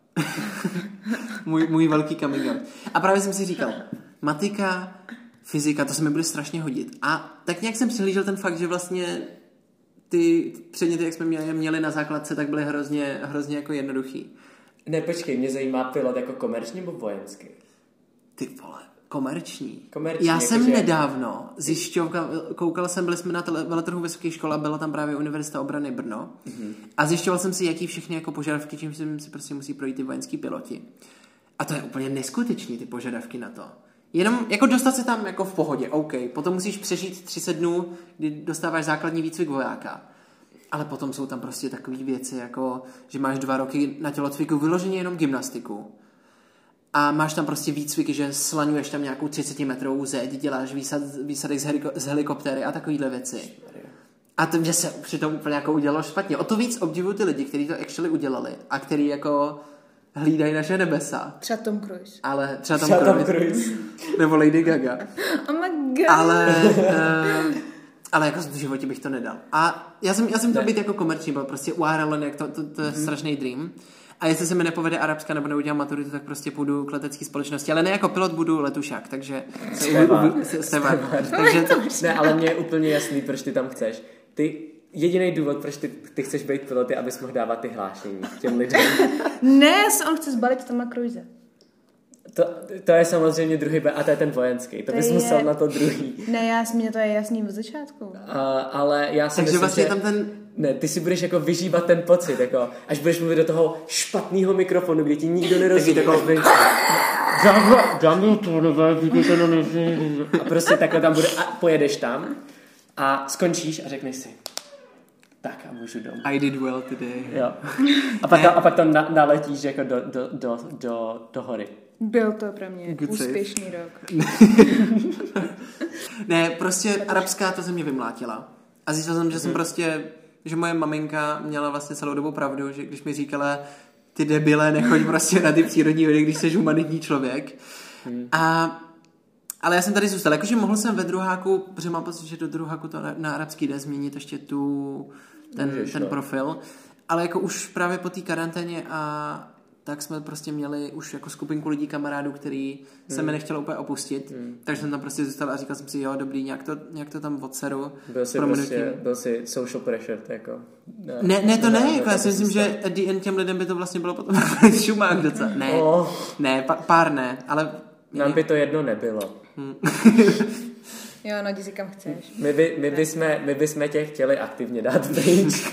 můj velký coming out. A právě jsem si říkal, matika, fyzika, to se mi bude strašně hodit. A tak nějak jsem přihlížel ten fakt, že vlastně ty předměty, jak jsme měli na základce, tak byly hrozně jako jednoduchý. Ne, počkej, mě zajímá pilot jako komerční nebo vojenský? Ty vole, komerční. Já jsem nedávno koukal jsem, byli jsme na veletrhu vysoké školy a byla tam právě Univerzita obrany Brno. Mm-hmm. A zjišťoval jsem si, jaký všechny jako požadavky, čím si prostě musí projít ty vojenský piloti. A to je úplně neskutečný, ty požadavky na to. Jenom jako dostat se tam jako v pohodě, OK. Potom musíš přežít 30 dnů, kdy dostáváš základní výcvik vojáka. Ale potom jsou tam prostě takové věci, jako že máš 2 roky na tělocviku vyloženě jenom gymnastiku. A máš tam prostě výcviky, že slaňuješ tam nějakou 30metrovou zeď, děláš výsadek z helikoptéry a takovýhle věci. A to mě se přitom úplně jako udělalo špatně. O to víc obdivuju ty lidi, kteří to actually udělali a kteří jako hlídají naše nebesa. Třeba Tom Cruise. Ale třeba Tom Cruise. Nebo Lady Gaga. Oh my god. Ale jako v životě bych to nedal. A já jsem chtěl být jako komerční, byl prostě URL, jak to je strašný dream. A jestli se mi nepovede arabská nebo neudělám maturitu, tak prostě půjdu k letecké společnosti. Ale ne jako pilot, budu letušák, takže... Stevard. Takže to... Ne, ale mně je úplně jasný, proč ty tam chceš. Jediný důvod, proč ty chceš být pilot, je, abys mohl dávat ty hlášení těm lidem. Ne, on chce zbalit Toma Cruise. To je samozřejmě druhý a to je ten vojenský. To bys musel na to druhý. Ne, mně to je jasný od začátku. Ale já si takže myslím, vlastně že... tam ten... Ne, ty si budeš jako vyžívat ten pocit, jako, až budeš mluvit do toho špatného mikrofonu, kde ti nikdo nerozumí. A prostě takhle tam bude, a pojedeš tam a skončíš a řekneš si, tak a můžu domů. I did well today. Jo. A pak tam naletíš jako do hory. Byl to pro mě úspěšný rok. Ne, prostě arabská to ze mě vymlátila. A zjistil jsem, že jsem prostě, že moje maminka měla vlastně celou dobu pravdu, že když mi říkala, ty debile, nechoď prostě na ty přírodní vědy, když jsi humanitní člověk. Ale já jsem tady zůstal. Jakože mohl jsem ve druháku, protože mám pocit, že do druháku to na arabský jde změnit ještě ten profil. Ale jako už právě po té karanténě a tak jsme prostě měli už jako skupinku lidí, kamarádů, který se mi nechtělo úplně opustit. Takže jsem tam prostě zůstal a říkal jsem si, jo, dobrý, nějak to tam odseru. Byl si social pressure, jako... Ne, to ne, jako já si myslím, že at the end těm lidem by to vlastně bylo potom šumák docela. Ne, pár ne, ale... Nám by to jedno nebylo. Jo, no, jdi si kam chceš. My bychom tě chtěli aktivně dát pryč.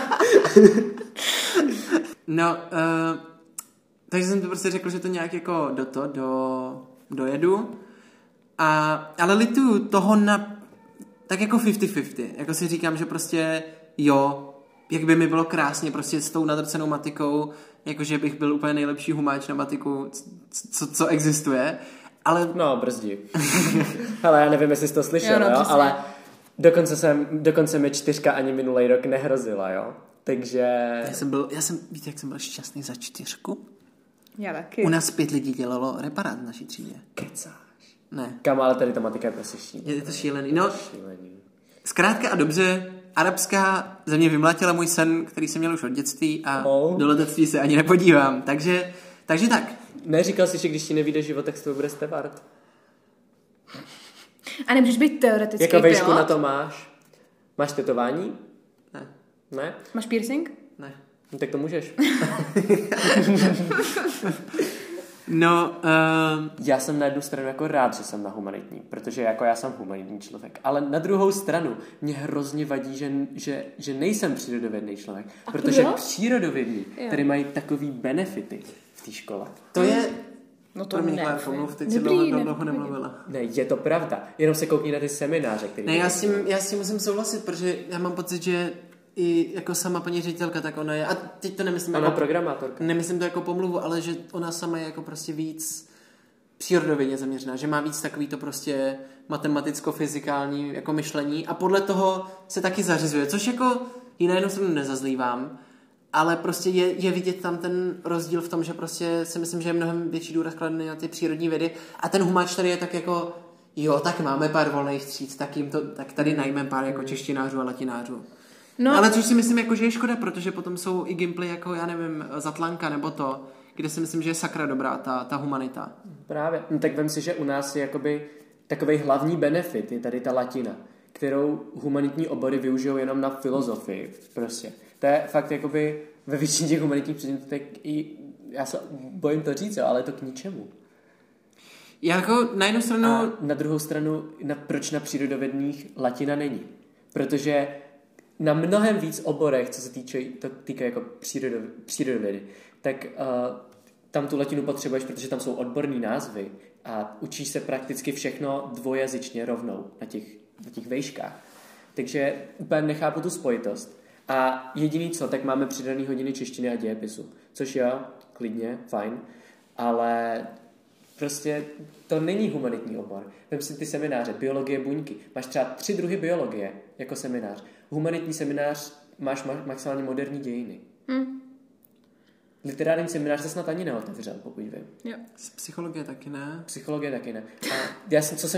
No, takže jsem to prostě řekl, že to nějak jako dojedu. Ale lituju toho tak jako 50-50. Jako si říkám, že prostě jo, jak by mi bylo krásně prostě s tou nadrcenou matikou, jakože bych byl úplně nejlepší humáč na matiku, co existuje, ale... No, brzdí. Ale já nevím, jestli jsi to slyšel, jo? Ale dokonce mi 4 ani minulý rok nehrozila, jo? Takže... Já jsem, víte, jak jsem byl šťastný za 4? Já taky. U nás 5 lidí dělalo reparát v naší třídě. Kecáš. Ne. Kam, ale tady ta matika je prostě šílený. Je to šílený. No, zkrátka a dobře, arabská země vymlátila můj sen, který jsem měl už od dětství a do letectví se ani nepodívám. Takže tak. Neříkal jsi, že když ti nevyjde život, tak z toho bude stevard? A nemůžeš být teoretický pilot? Jakou vejšku na to máš? Máš tetování? Ne? Máš piercing? Ne. No, tak to můžeš. No, já jsem na jednu stranu jako rád, že jsem na humanitní, protože jako já jsem humanitní člověk, ale na druhou stranu mě hrozně vadí, že nejsem přírodovědný člověk, protože přírodovědní tady mají takový benefity v té škole. To je... No to ne. Teď si dlouho nemluvila. Ne, je to pravda. Jenom se koukni na ty semináře, které... Ne, já s tím musím souhlasit, protože já mám pocit, že i jako sama paní ředitelka, tak ona je, a teď to nemyslím ona jako programátorka. Nemyslím to jako pomluvu, ale že ona sama je jako prostě víc přírodovědně zaměřená, že má víc takový to prostě matematicko-fyzikální jako myšlení a podle toho se taky zařizuje, což jako jiné jenom se nezazlívám, ale prostě je vidět tam ten rozdíl v tom, že prostě si myslím, že je mnohem větší důraz kladený na ty přírodní vědy a ten humáč tady je tak jako jo, tak máme pár volných tříd, tak tady najmeme pár jako češtinářů a latinářů. No. Ale což si myslím, jako, že je škoda, protože potom jsou i gimply jako, já nevím, Zatlanka nebo to, kde si myslím, že je sakra dobrá ta humanita. Právě. No, tak vem si, že u nás je jakoby takovej hlavní benefit, je tady ta latina, kterou humanitní obory využijou jenom na filozofii. Prostě. To je fakt jakoby ve většině těch humanitních předmětů, tak i já se bojím to říct, ale je to k ničemu. Jako na jednu stranu... A na druhou stranu, proč na přírodovědných latina není? Protože na mnohem víc oborech, co se týká jako přírodovědy, tak tam tu latinu potřebuješ, protože tam jsou odborný názvy a učíš se prakticky všechno dvojazyčně rovnou na těch vejškách. Takže úplně nechápu tu spojitost. A jediný co, tak máme přidaný hodiny češtiny a dějepisu. Což jo, klidně, fajn, ale prostě to není humanitní obor. Vem si ty semináře, biologie buňky. Máš třeba 3 druhy biologie jako seminář. Humanitní seminář máš maximálně moderní dějiny. Literární seminář se snad ani neotevřel, pokud vím. Jo. Psychologie taky ne. Psychologie taky ne. A já jsem, co jsem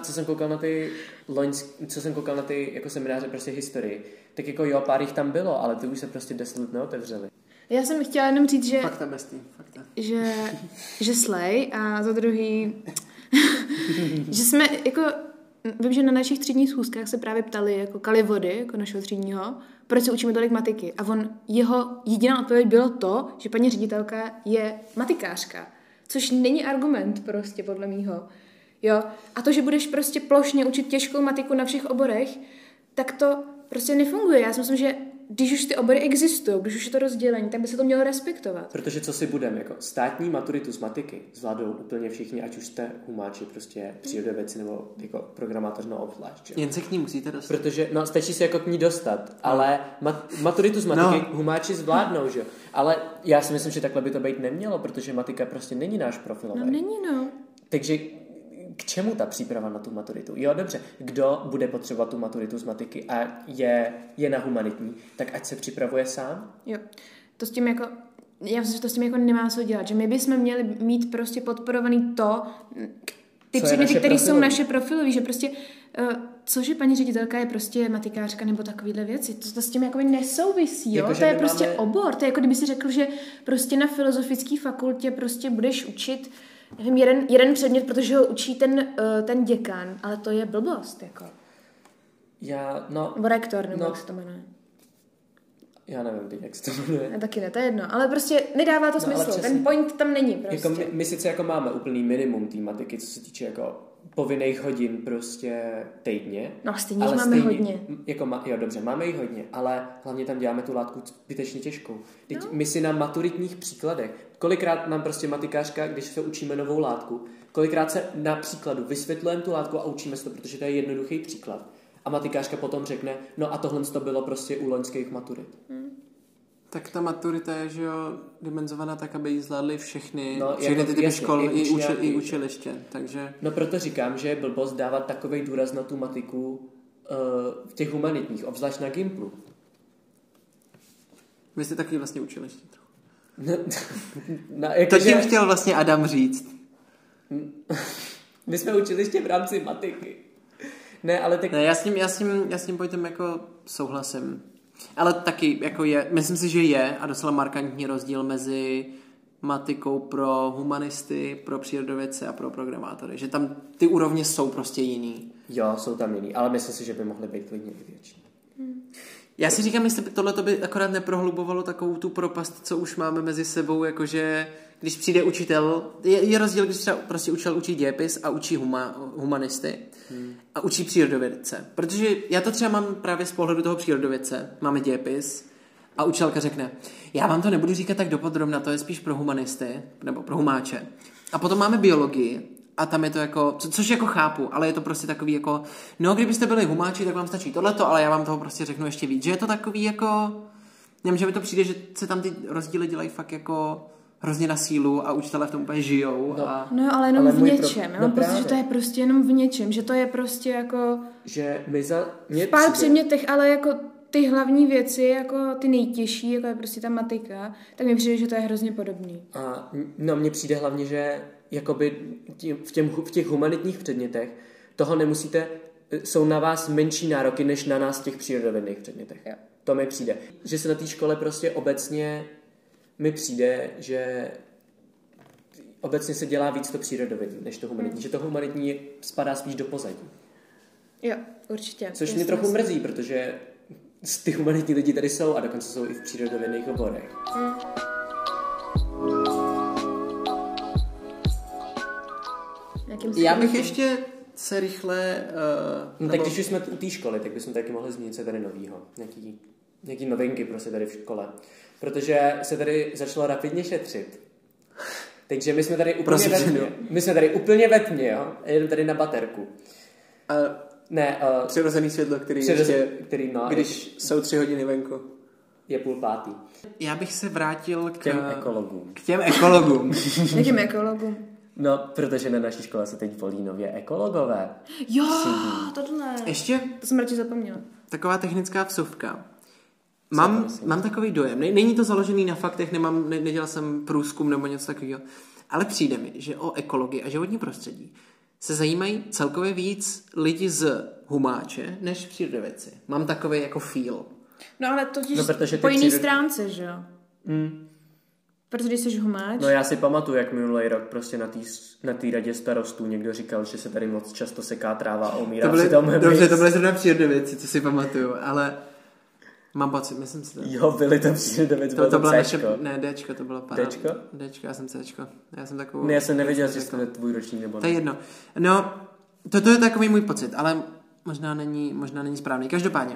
koukal na ty jako semináře prostě historii, tak jako jo, pár jich tam bylo, ale ty už se prostě 10 let neotevřely. Já jsem chtěla jenom říct, že... Fakta bestý, fakta. Že slej a za druhý... že jsme jako... Vím, že na našich třídních schůzkách se právě ptali jako Kalivody, jako našeho třídního, proč se učíme tolik matiky. A jeho jediná odpověď bylo to, že paní ředitelka je matikářka. Což není argument prostě, podle mýho. Jo? A to, že budeš prostě plošně učit těžkou matiku na všech oborech, tak to prostě nefunguje. Já si myslím, že když už ty obory existují, když už je to rozdělení, tak by se to mělo respektovat. Protože co si budeme, jako státní maturitu z matiky zvládou úplně všichni, ať už jste humáči, prostě přírodovědci nebo jako programátoř obzvlášť. Jen se k ní musíte dostat. Protože, no, stačí se jako k ní dostat, ale maturitu z matiky humáči zvládnou, že? Ale já si myslím, že takhle by to být nemělo, protože matika prostě není náš profilový. No není, no. Takže k čemu ta příprava na tu maturitu? Jo, dobře, kdo bude potřebovat tu maturitu z matiky a je na humanitní, tak ať se připravuje sám? Jo, to s tím jako, já myslím, že to s tím jako nemá co dělat, že my bychom měli mít prostě podporovaný ty předměty, které jsou naše profilové, že prostě, cože paní ředitelka je prostě matikářka nebo takovýhle věci, to s tím jako nesouvisí, jo? Jako, to je prostě obor, to je jako kdyby si řekl, že prostě na filozofické fakultě prostě budeš učit nevím, jeden předmět, protože ho učí ten děkan, ale to je blbost, jako. Nebo rektor, nebo jak se to jmenuje. Já nevím teď, jak se to jmenuje. Ne, taky ne, to je jedno, ale prostě nedává to smysl, ten point tam není prostě. Jako my sice jako máme úplný minimum té matiky, co se týče jako povinných hodin prostě týdně. No stejně máme hodně. Jo, dobře, máme jich hodně, ale hlavně tam děláme tu látku zbytečně těžkou. Teď my si na maturitních příkladech, kolikrát nám prostě matikářka, když se učíme novou látku, kolikrát se na příkladu vysvětlujeme tu látku a učíme se to, protože to je jednoduchý příklad. A matikářka potom řekne, no a tohle to bylo prostě u loňských maturit. Tak ta maturita je, že jo, dimenzovaná tak, aby ji zvládly všechny jako ty typy škol i učiliště, takže... No proto říkám, že je blbost dávat takovej důraz na tu matiku v těch humanitních, obzvlášť na Gimplu. Vy jste taky vlastně učiliště trochu. Jako to tím chtěl vlastně Adam říct. My jsme učiliště v rámci matiky. Ne, ale tak... Ne, já s tím pojďtem jako souhlasím. Ale taky jako myslím si, že je a docela markantní rozdíl mezi matikou pro humanisty, pro přírodovědce a pro programátory. Že tam ty úrovně jsou prostě jiný. Jo, jsou tam jiný, ale myslím si, že by mohly být klidně i větší. Já si říkám, jestli tohle by akorát neprohlubovalo takovou tu propast, co už máme mezi sebou, jakože když přijde učitel, je rozdíl, když třeba prostě učitel učí dějepis a učí humanisty a učí přírodovědce. Protože já to třeba mám právě z pohledu toho přírodovědce, máme dějepis a učitelka řekne, já vám to nebudu říkat tak dopodrobna, to je spíš pro humanisty nebo pro humáče. A potom máme biologii a tam je to jako, což jako chápu, ale je to prostě takový jako, no kdybyste byli humáči, tak vám stačí tohleto, ale já vám toho prostě řeknu ještě víc. Že je to takový jako, nevím, že mi to přijde, že se tam ty rozdíly dělají fakt jako hrozně na sílu a učitelé v tom úplně žijou. No ale jenom v něčem. Já mám pocit, že to je prostě jenom v něčem, že to je prostě jako že v pár předmětech, ale jako ty hlavní věci, jako ty nejtěžší, jako je prostě ta matika, tak mi přijde, že to je hrozně podobný. A no mně přijde hlavně, že jakoby v těch humanitních předmětech toho nemusíte, jsou na vás menší nároky, než na nás v těch přírodovědných předmětech. Jo. To mi přijde. Že se na té škole prostě obecně mi přijde, že obecně se dělá víc to přírodovědní, než to humanitní. Že to humanitní spadá spíš do pozadí. Jo, určitě. Což mě trochu mrzí, protože ty humanitní lidi tady jsou a dokonce jsou i v přírodovědných oborech. Já bych ještě se rychle... tak když už jsme u té školy, tak bychom taky mohli zmínit se tady novýho. Nějaký novinky prostě tady v škole. Protože se tady začalo rapidně šetřit. Takže my jsme tady úplně ve tmě. My jsme tady úplně ve tmě, jo? Jedeme tady na baterku. Přirozený světlo, který když jsou 3 hodiny venku. Je 4:30. Já bych se vrátil k těm ekologům. K těm ekologům. Jakým ekologům? No, protože na naší škole se teď volí nově ekologové. Jo, tohle. Ještě? To jsem radši zapomněla. Taková technická vsuvka. Mám takový dojem. Není to založený na faktech, nedělal jsem průzkum nebo něco takového. Ale přijde mi, že o ekologii a životní prostředí se zajímají celkově víc lidi z humáče než přírodovědci. Mám takový jako feel. No ale totiž po jiný stránce, že jo? Protože když jsi humáč... No já si pamatuju, jak minulý rok prostě na té radě starostů někdo říkal, že se tady moc často seká tráva a umírá Dobře, to byly zrovna přírodovědci, co si pamatuju, ale mám pocit, myslím si to. Jo, byly to přírodovědci, bylo to Cčko. Ne, Dčko, to bylo pana. Dčko? Dčko, já jsem Cčko. Já jsem takovou... Ne, já jsem nevěděl, jestli to je tvůj ročník nebo ne. To je jedno. No, to je takový můj pocit, ale možná není správný. Každopádně,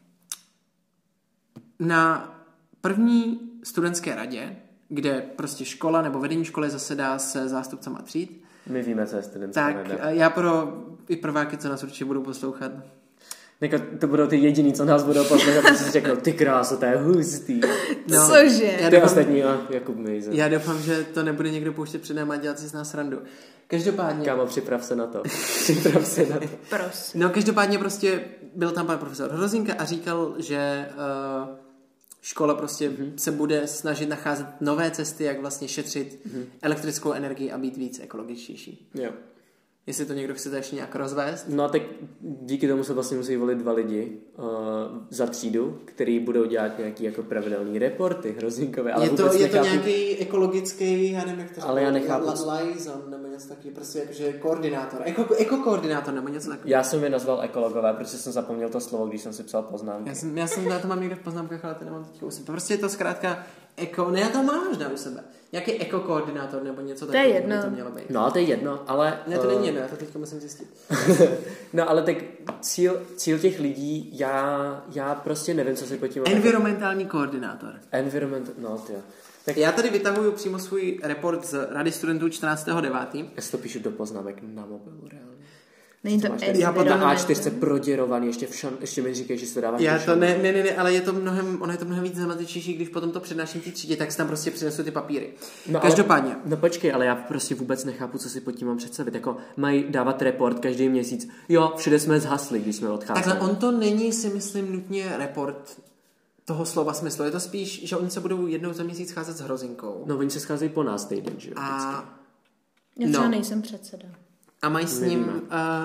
na první studentské radě, kde prostě škola nebo vedení školy zasedá se zástupcama tříd. My víme, co je studentská rada. Tak já pro i prváky, co nás určitě budou poslouchat. To budou ty jediný, co nás budou poslouchat, protože si řeknou, ty kráso, to je hustý. No, cože? Ty ostatní, Jakub Mejze. Já doufám, že to nebude někdo pouštět před náma a dělat si z nás srandu. Každopádně... Kámo, připrav se na to. Prosím. No, každopádně prostě byl tam pan profesor Hrozinka a říkal, že škola prostě se bude snažit nacházet nové cesty, jak vlastně šetřit elektrickou energii a být víc ekologičtější. Jo. Jestli to někdo chce ještě nějak rozvést? No a tak díky tomu se vlastně musí volit 2 lidi za třídu, který budou dělat nějaký jako pravidelný reporty hrozinkové. Ale je to nějaký ekologický, já nevím, jak to ale já nechápu. Liaison nebo něco takový, prostě jakože koordinátor. Ekokoordinátor nebo něco takového. Já jsem je nazval ekologové, protože jsem zapomněl to slovo, když jsem si psal poznámky. Já jsem na to mám někde v poznámkách, ale to nemám teď u sebe. Prostě je to zkrátka ne, já to mám možná u sebe. Nějaký ekokoordinátor nebo něco takového. To je jedno. To mělo být. No, to je jedno, ale... Ne, to není jedno, já to teď musím zjistit. No, ale tak cíl těch lidí, já prostě nevím, co si po tím... Environmentální koordinátor. No, tyjo. Tak já tady vytahuju přímo svůj report z Rady studentů 14.9. Já si to píšu do poznámek na mobilu, reálně. Není to já potom na A4 proděrovaný, ještě mi říkají, že se to dává. Já to ne, ale je to mnohem víc dramatičnější, když potom to přednáším té třídě, tak si tam prostě přinesu ty papíry. No, Každopádně. No počkej, ale já prostě vůbec nechápu, co si pod tím mám představit. Jako mají dávat report každý měsíc. Jo, všude jsme zhasli, když jsme odcházeli. Takhle on to není, si myslím, nutně report toho slova smyslu. Je to spíš, že oni se budou jednou za měsíc scházet s hrozinkou. No oni se scházejí po nás týden, že jo? Já třeba nejsem předseda. A mají s ním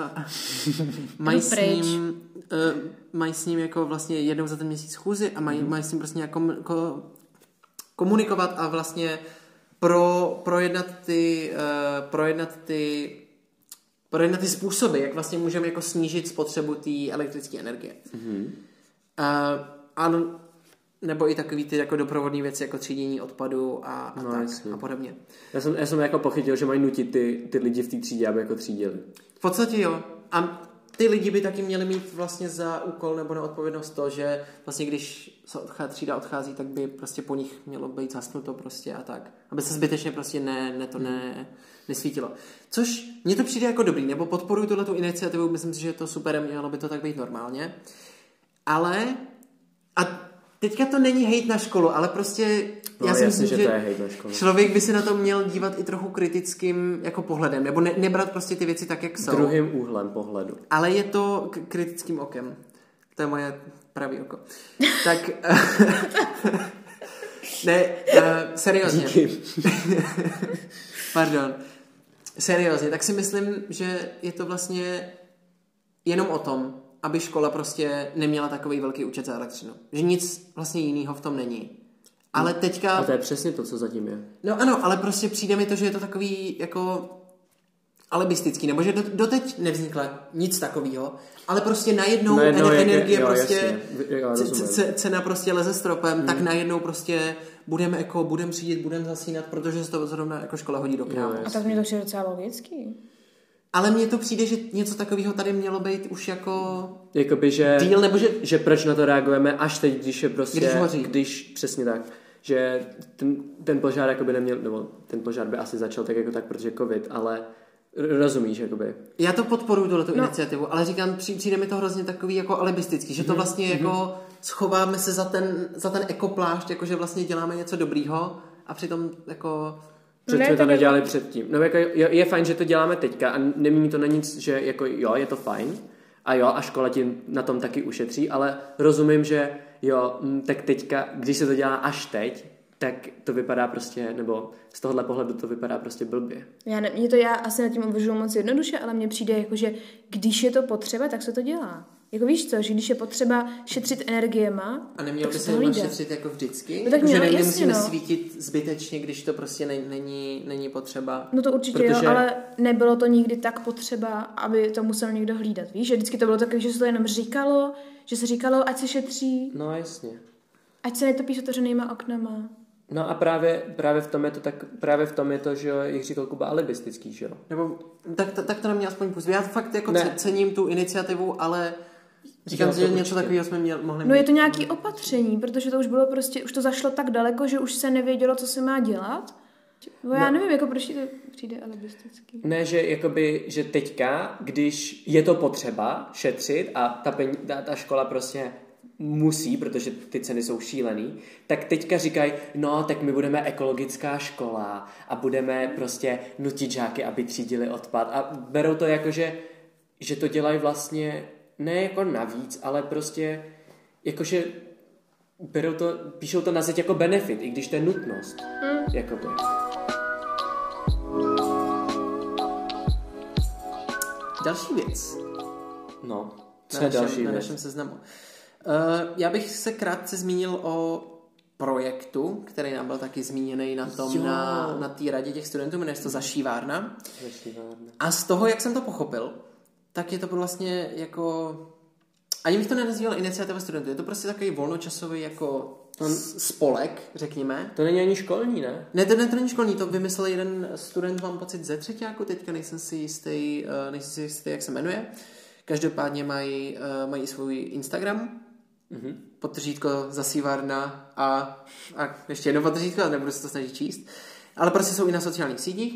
mají s ním jako vlastně jednou za ten měsíc schůzi a mají s ním prostě nějak komunikovat a vlastně projednat ty způsoby, jak vlastně můžeme jako snížit spotřebu té elektrické energie. Nebo i takový ty jako doprovodné věci, jako třídění odpadu a podobně. Já jsem jako pochytil, že mají nutit ty lidi v té třídě, aby jako třídili. V podstatě jo. A ty lidi by taky měli mít vlastně za úkol nebo na odpovědnost to, že vlastně když se třída odchází, tak by prostě po nich mělo být zasnuto prostě a tak. Aby se zbytečně prostě nesvítilo. Což mně to přijde jako dobrý, nebo podporuji tuhletu iniciativu, myslím si, že je to super, mělo by to tak být normálně. Ale teďka to není hejt na školu, ale prostě já si myslím, že člověk by se na to měl dívat i trochu kritickým jako pohledem, nebo nebrat prostě ty věci tak, jak jsou. Druhým úhlem pohledu. Ale je to kritickým okem. To je moje pravý oko. Tak seriózně. Díky. Pardon. Seriózně, tak si myslím, že je to vlastně jenom o tom, aby škola prostě neměla takový velký účet za elektřinu. Že nic vlastně jiného v tom není. Ale teďka... A to je přesně to, co zatím je. No ano, ale prostě přijde mi to, že je to takový jako alibistický, nebo že doteď nevznikla nic takového, ale prostě najednou energie prostě cena prostě leze stropem, tak najednou prostě budeme třídit, budeme zasínat, protože se to zrovna jako škola hodí do krámu. A tak mi to přijde docela logický. Ale mně to přijde, že něco takového tady mělo být už jako jakoby, že díl, nebo že proč na to reagujeme až teď, když je prostě, když přesně tak, že ten požár jakoby neměl, nebo ten požár by asi začal tak jako tak, protože covid, ale rozumíš, jakoby. Já to podporuji tuhletu iniciativu, ale říkám, přijde mi to hrozně takový jako alibistický, že to vlastně jako schováme se za ten ekoplášť, jako že vlastně děláme něco dobrýho a přitom jako... Proč jsme to nedělali předtím? No jako je fajn, že to děláme teďka a nemění to na nic, že jako jo, je to fajn a škola ti na tom taky ušetří, ale rozumím, že jo, tak teďka, když se to dělá až teď, tak to vypadá prostě, nebo z tohohle pohledu to vypadá prostě blbě. Já asi nad tím uvažuji moc jednoduše, ale mně přijde jako, že když je to potřeba, tak se to dělá. Jako víš co, že když je potřeba šetřit energiema, a nemělo by se jenom šetřit jako vždycky? No tak že nemusíme svítit zbytečně, když to prostě není potřeba. No to určitě jo, ale nebylo to nikdy tak potřeba, aby to musel někdo hlídat. Víš, že vždycky to bylo takové, že se to jenom říkalo, že se říkalo, ať se šetří. No jasně. Ať se netopí s otevřenýma oknama. No a právě v tom je to tak, právě v tom je to, že jak říkal Kuba, alibistický, že jo? Nebo tak to na mě aspoň působí. Já fakt jako cením tu iniciativu, ale říkám si, že něco takového jsme mohli mít. No je to nějaké opatření, protože to už bylo prostě, už to zašlo tak daleko, že už se nevědělo, co se má dělat. No já nevím, jako proč to přijde alibistický. Ne, že jakoby, že teďka, když je to potřeba šetřit a ta škola prostě musí, protože ty ceny jsou šílený, tak teďka říkají, no, tak my budeme ekologická škola a budeme prostě nutit žáky, aby třídili odpad a berou to jako, že to dělají vlastně ne jako navíc, ale prostě jakože píšou to na zeď jako benefit, i když to je nutnost. Jakoby. Další věc. No, co je další věc? Na našem seznamu. Já bych se krátce zmínil o projektu, který nám byl taky zmíněný na té radě těch studentů, jmenuje se to Zašívárna. A z toho, jak jsem to pochopil, tak je to vlastně jako... Ani bych to nenazýval iniciativa studentů, je to prostě takový volnočasový jako spolek, řekněme. To není ani školní, ne? Ne, to není školní, to vymyslel jeden student, mám pocit ze třetíku, teďka nejsem si jistý, jak se jmenuje. Každopádně mají svůj Instagram, podtržítko Zasívárna a ještě jedno podtržítko, nebudu se to snažit číst, ale prostě jsou i na sociálních sítích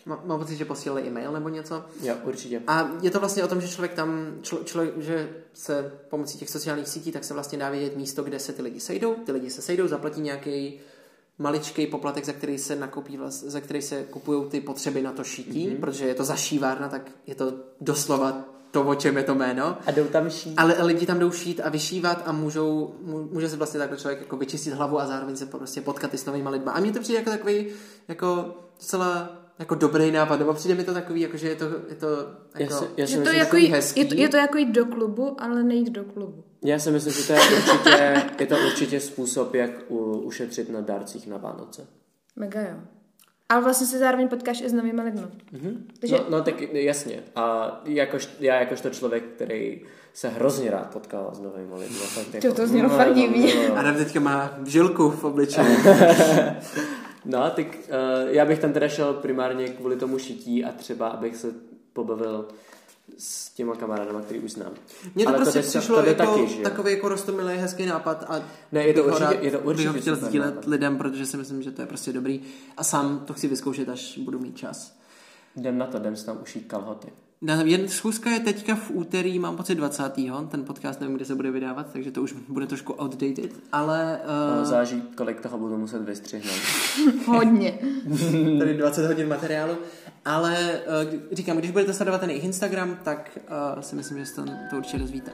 Mám pocit, že posílali e-mail nebo něco. Jo, určitě. A je to vlastně o tom, že člověk tam, že se pomocí těch sociálních sítí, tak se vlastně dá vědět místo, kde se ty lidi sejdou. Ty lidi se sejdou, zaplatí nějaký maličký poplatek, za který se kupují ty potřeby na to šití, protože je to zašívárna, tak je to doslova to, o čem je to jméno. A jdou tam šít. Ale lidi tam jdou šít a vyšívat a může se vlastně takhle člověk jako vyčistit hlavu a zároveň se prostě potkat i s novýma lidma. A mně to přijde jako takový, jako docela jako dobrý nápad, nebo přijde mi to takový, jako, že je to jako, je to jako jít do klubu, ale nejít do klubu. Já si myslím, že je to určitě způsob, jak ušetřit na dárcích na Vánoce. Mega jo. Ale vlastně se zároveň potkáš i s novými lidmi. Takže... No tak jasně. A já jakožto člověk, který se hrozně rád potkává s novými lidmi. To znělo fakt divně. Adam teďka má žilku v obličeji. No, tak já bych tam teda šel primárně kvůli tomu šití a třeba, abych se pobavil s těma kamarádama, který už znám. Mně to ale prostě přišlo jako takový jako roztomilý, hezký nápad a ne, je to určitě bych ho chtěl sdílet lidem, protože si myslím, že to je prostě dobrý a sám to chci vyzkoušet, až budu mít čas. Jdem si tam ušít kalhoty. Schůzka je teďka v úterý, mám pocit 20. Ten podcast nevím, kde se bude vydávat, takže to už bude trošku outdated, ale... Záleží, kolik toho budu muset vystřihnout. Hodně. Tady 20 hodin materiálu, ale říkám, když budete sledovat ten jejich Instagram, tak si myslím, že to určitě dozvíte.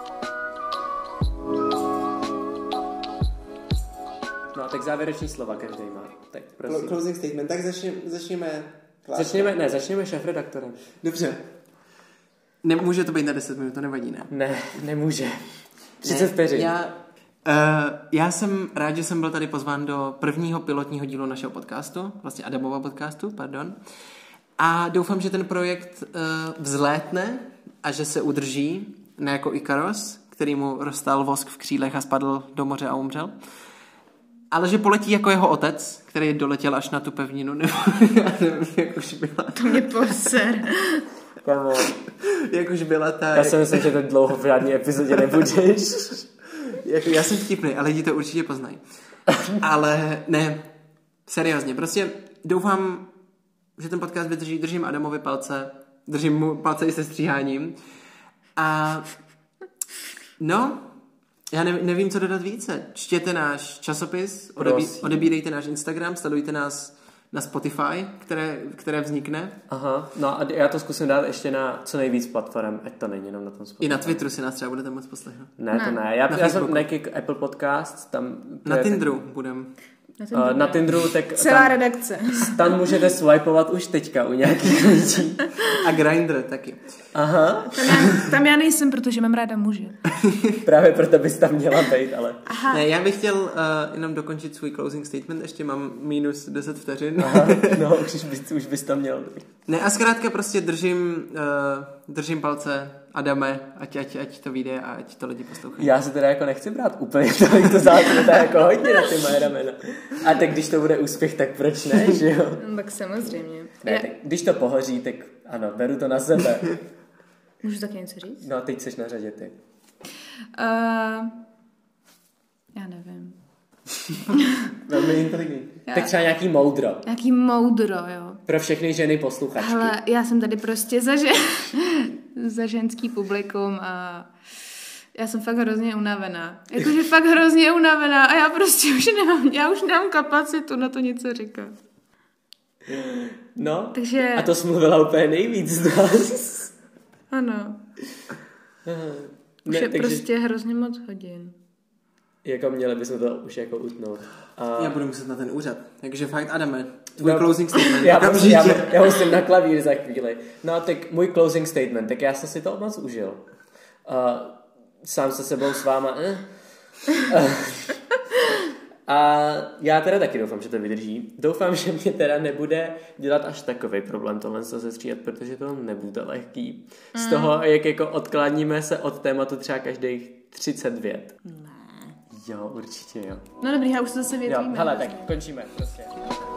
No, tak závěreční slova každý má. Tak prosím. Closing statement, tak začněme... Začněme šéfredaktorem. Dobře. Nemůže to být na 10 minut, to nevadí, ne? Ne, nemůže. 30 vteřin. Já jsem rád, že jsem byl tady pozván do prvního pilotního dílu našeho podcastu, vlastně Adamova podcastu, pardon. A doufám, že ten projekt vzlétne a že se udrží, ne jako Ikaros, který mu roztál vosk v křílech a spadl do moře a umřel. Ale že poletí jako jeho otec, který doletěl až na tu pevninu, nebo jak už byla. To mě poser. Jak už byla ta... Já si myslím, že to dlouho v žádné epizodě nebudeš. Já jsem vtipný a lidi to určitě poznají. Ale ne, seriózně, prostě doufám, že ten podcast vydrží, držím Adamovi palce, držím mu palce i se stříháním. A no... Já nevím, co dodat více. Čtěte náš časopis, odebírejte náš Instagram, sledujte nás na Spotify, které vznikne. Aha, no a já to zkusím dát ještě na co nejvíc platform, ať to není jenom na tom Spotify. I na Twitteru si nás třeba budete moc poslechnout. Ne, to ne. Já jsem nějaký Apple Podcast, tam... Na Tinderu budem. Na Tinderu, tak... Celá redakce. Tam můžete swipovat už teďka u nějakých lidí. A Grindr taky. Aha. Tam já nejsem, protože mám ráda muže. Právě proto bys tam měla být, ale... Aha. Ne, já bych chtěl jenom dokončit svůj closing statement, ještě mám minus 10 vteřin. Aha, no, už bys tam měl. Ne, a zkrátka prostě držím palce Adame, ať to vyjde a ať to lidi poslouchají. Já se teda jako nechci brát úplně to základ, jako hodně na ty moje ramena. A tak když to bude úspěch, tak proč ne, že jo? No, tak samozřejmě. Ne, tak, když to pohoří, tak ano, beru to na sebe. Můžu taky něco říct? No, teď seš na řadě ty. Já nevím. Velmi inteligentní. Tak třeba nějaký moudro. Nějaký moudro, jo. Pro všechny ženy posluchačky. Hele, já jsem tady prostě za ženský publikum a já jsem fakt hrozně unavená. Jakože fakt hrozně unavená a já prostě už nemám kapacitu na to něco říkat. No, takže... a to jsi mluvila úplně nejvíc z nás. Ano. Už je prostě hrozně moc hodin. Jako měli bychom to už jako utnout. Já budu muset na ten úřad. Takže fakt, Adame, tvůj closing statement. Já musím na klavír za chvíli. No tak můj closing statement, tak já jsem si to moc užil. Sám se sebou s váma. A já teda taky doufám, že to vydrží. Doufám, že mě teda nebude dělat až takový problém tohle se stříhat, protože to nebude lehký. Z toho, jak jako odkláníme se od tématu třeba každých 30 vět. Ne. Jo, určitě jo. No dobrý, já už to zase větvíme. Hele, tak končíme prostě.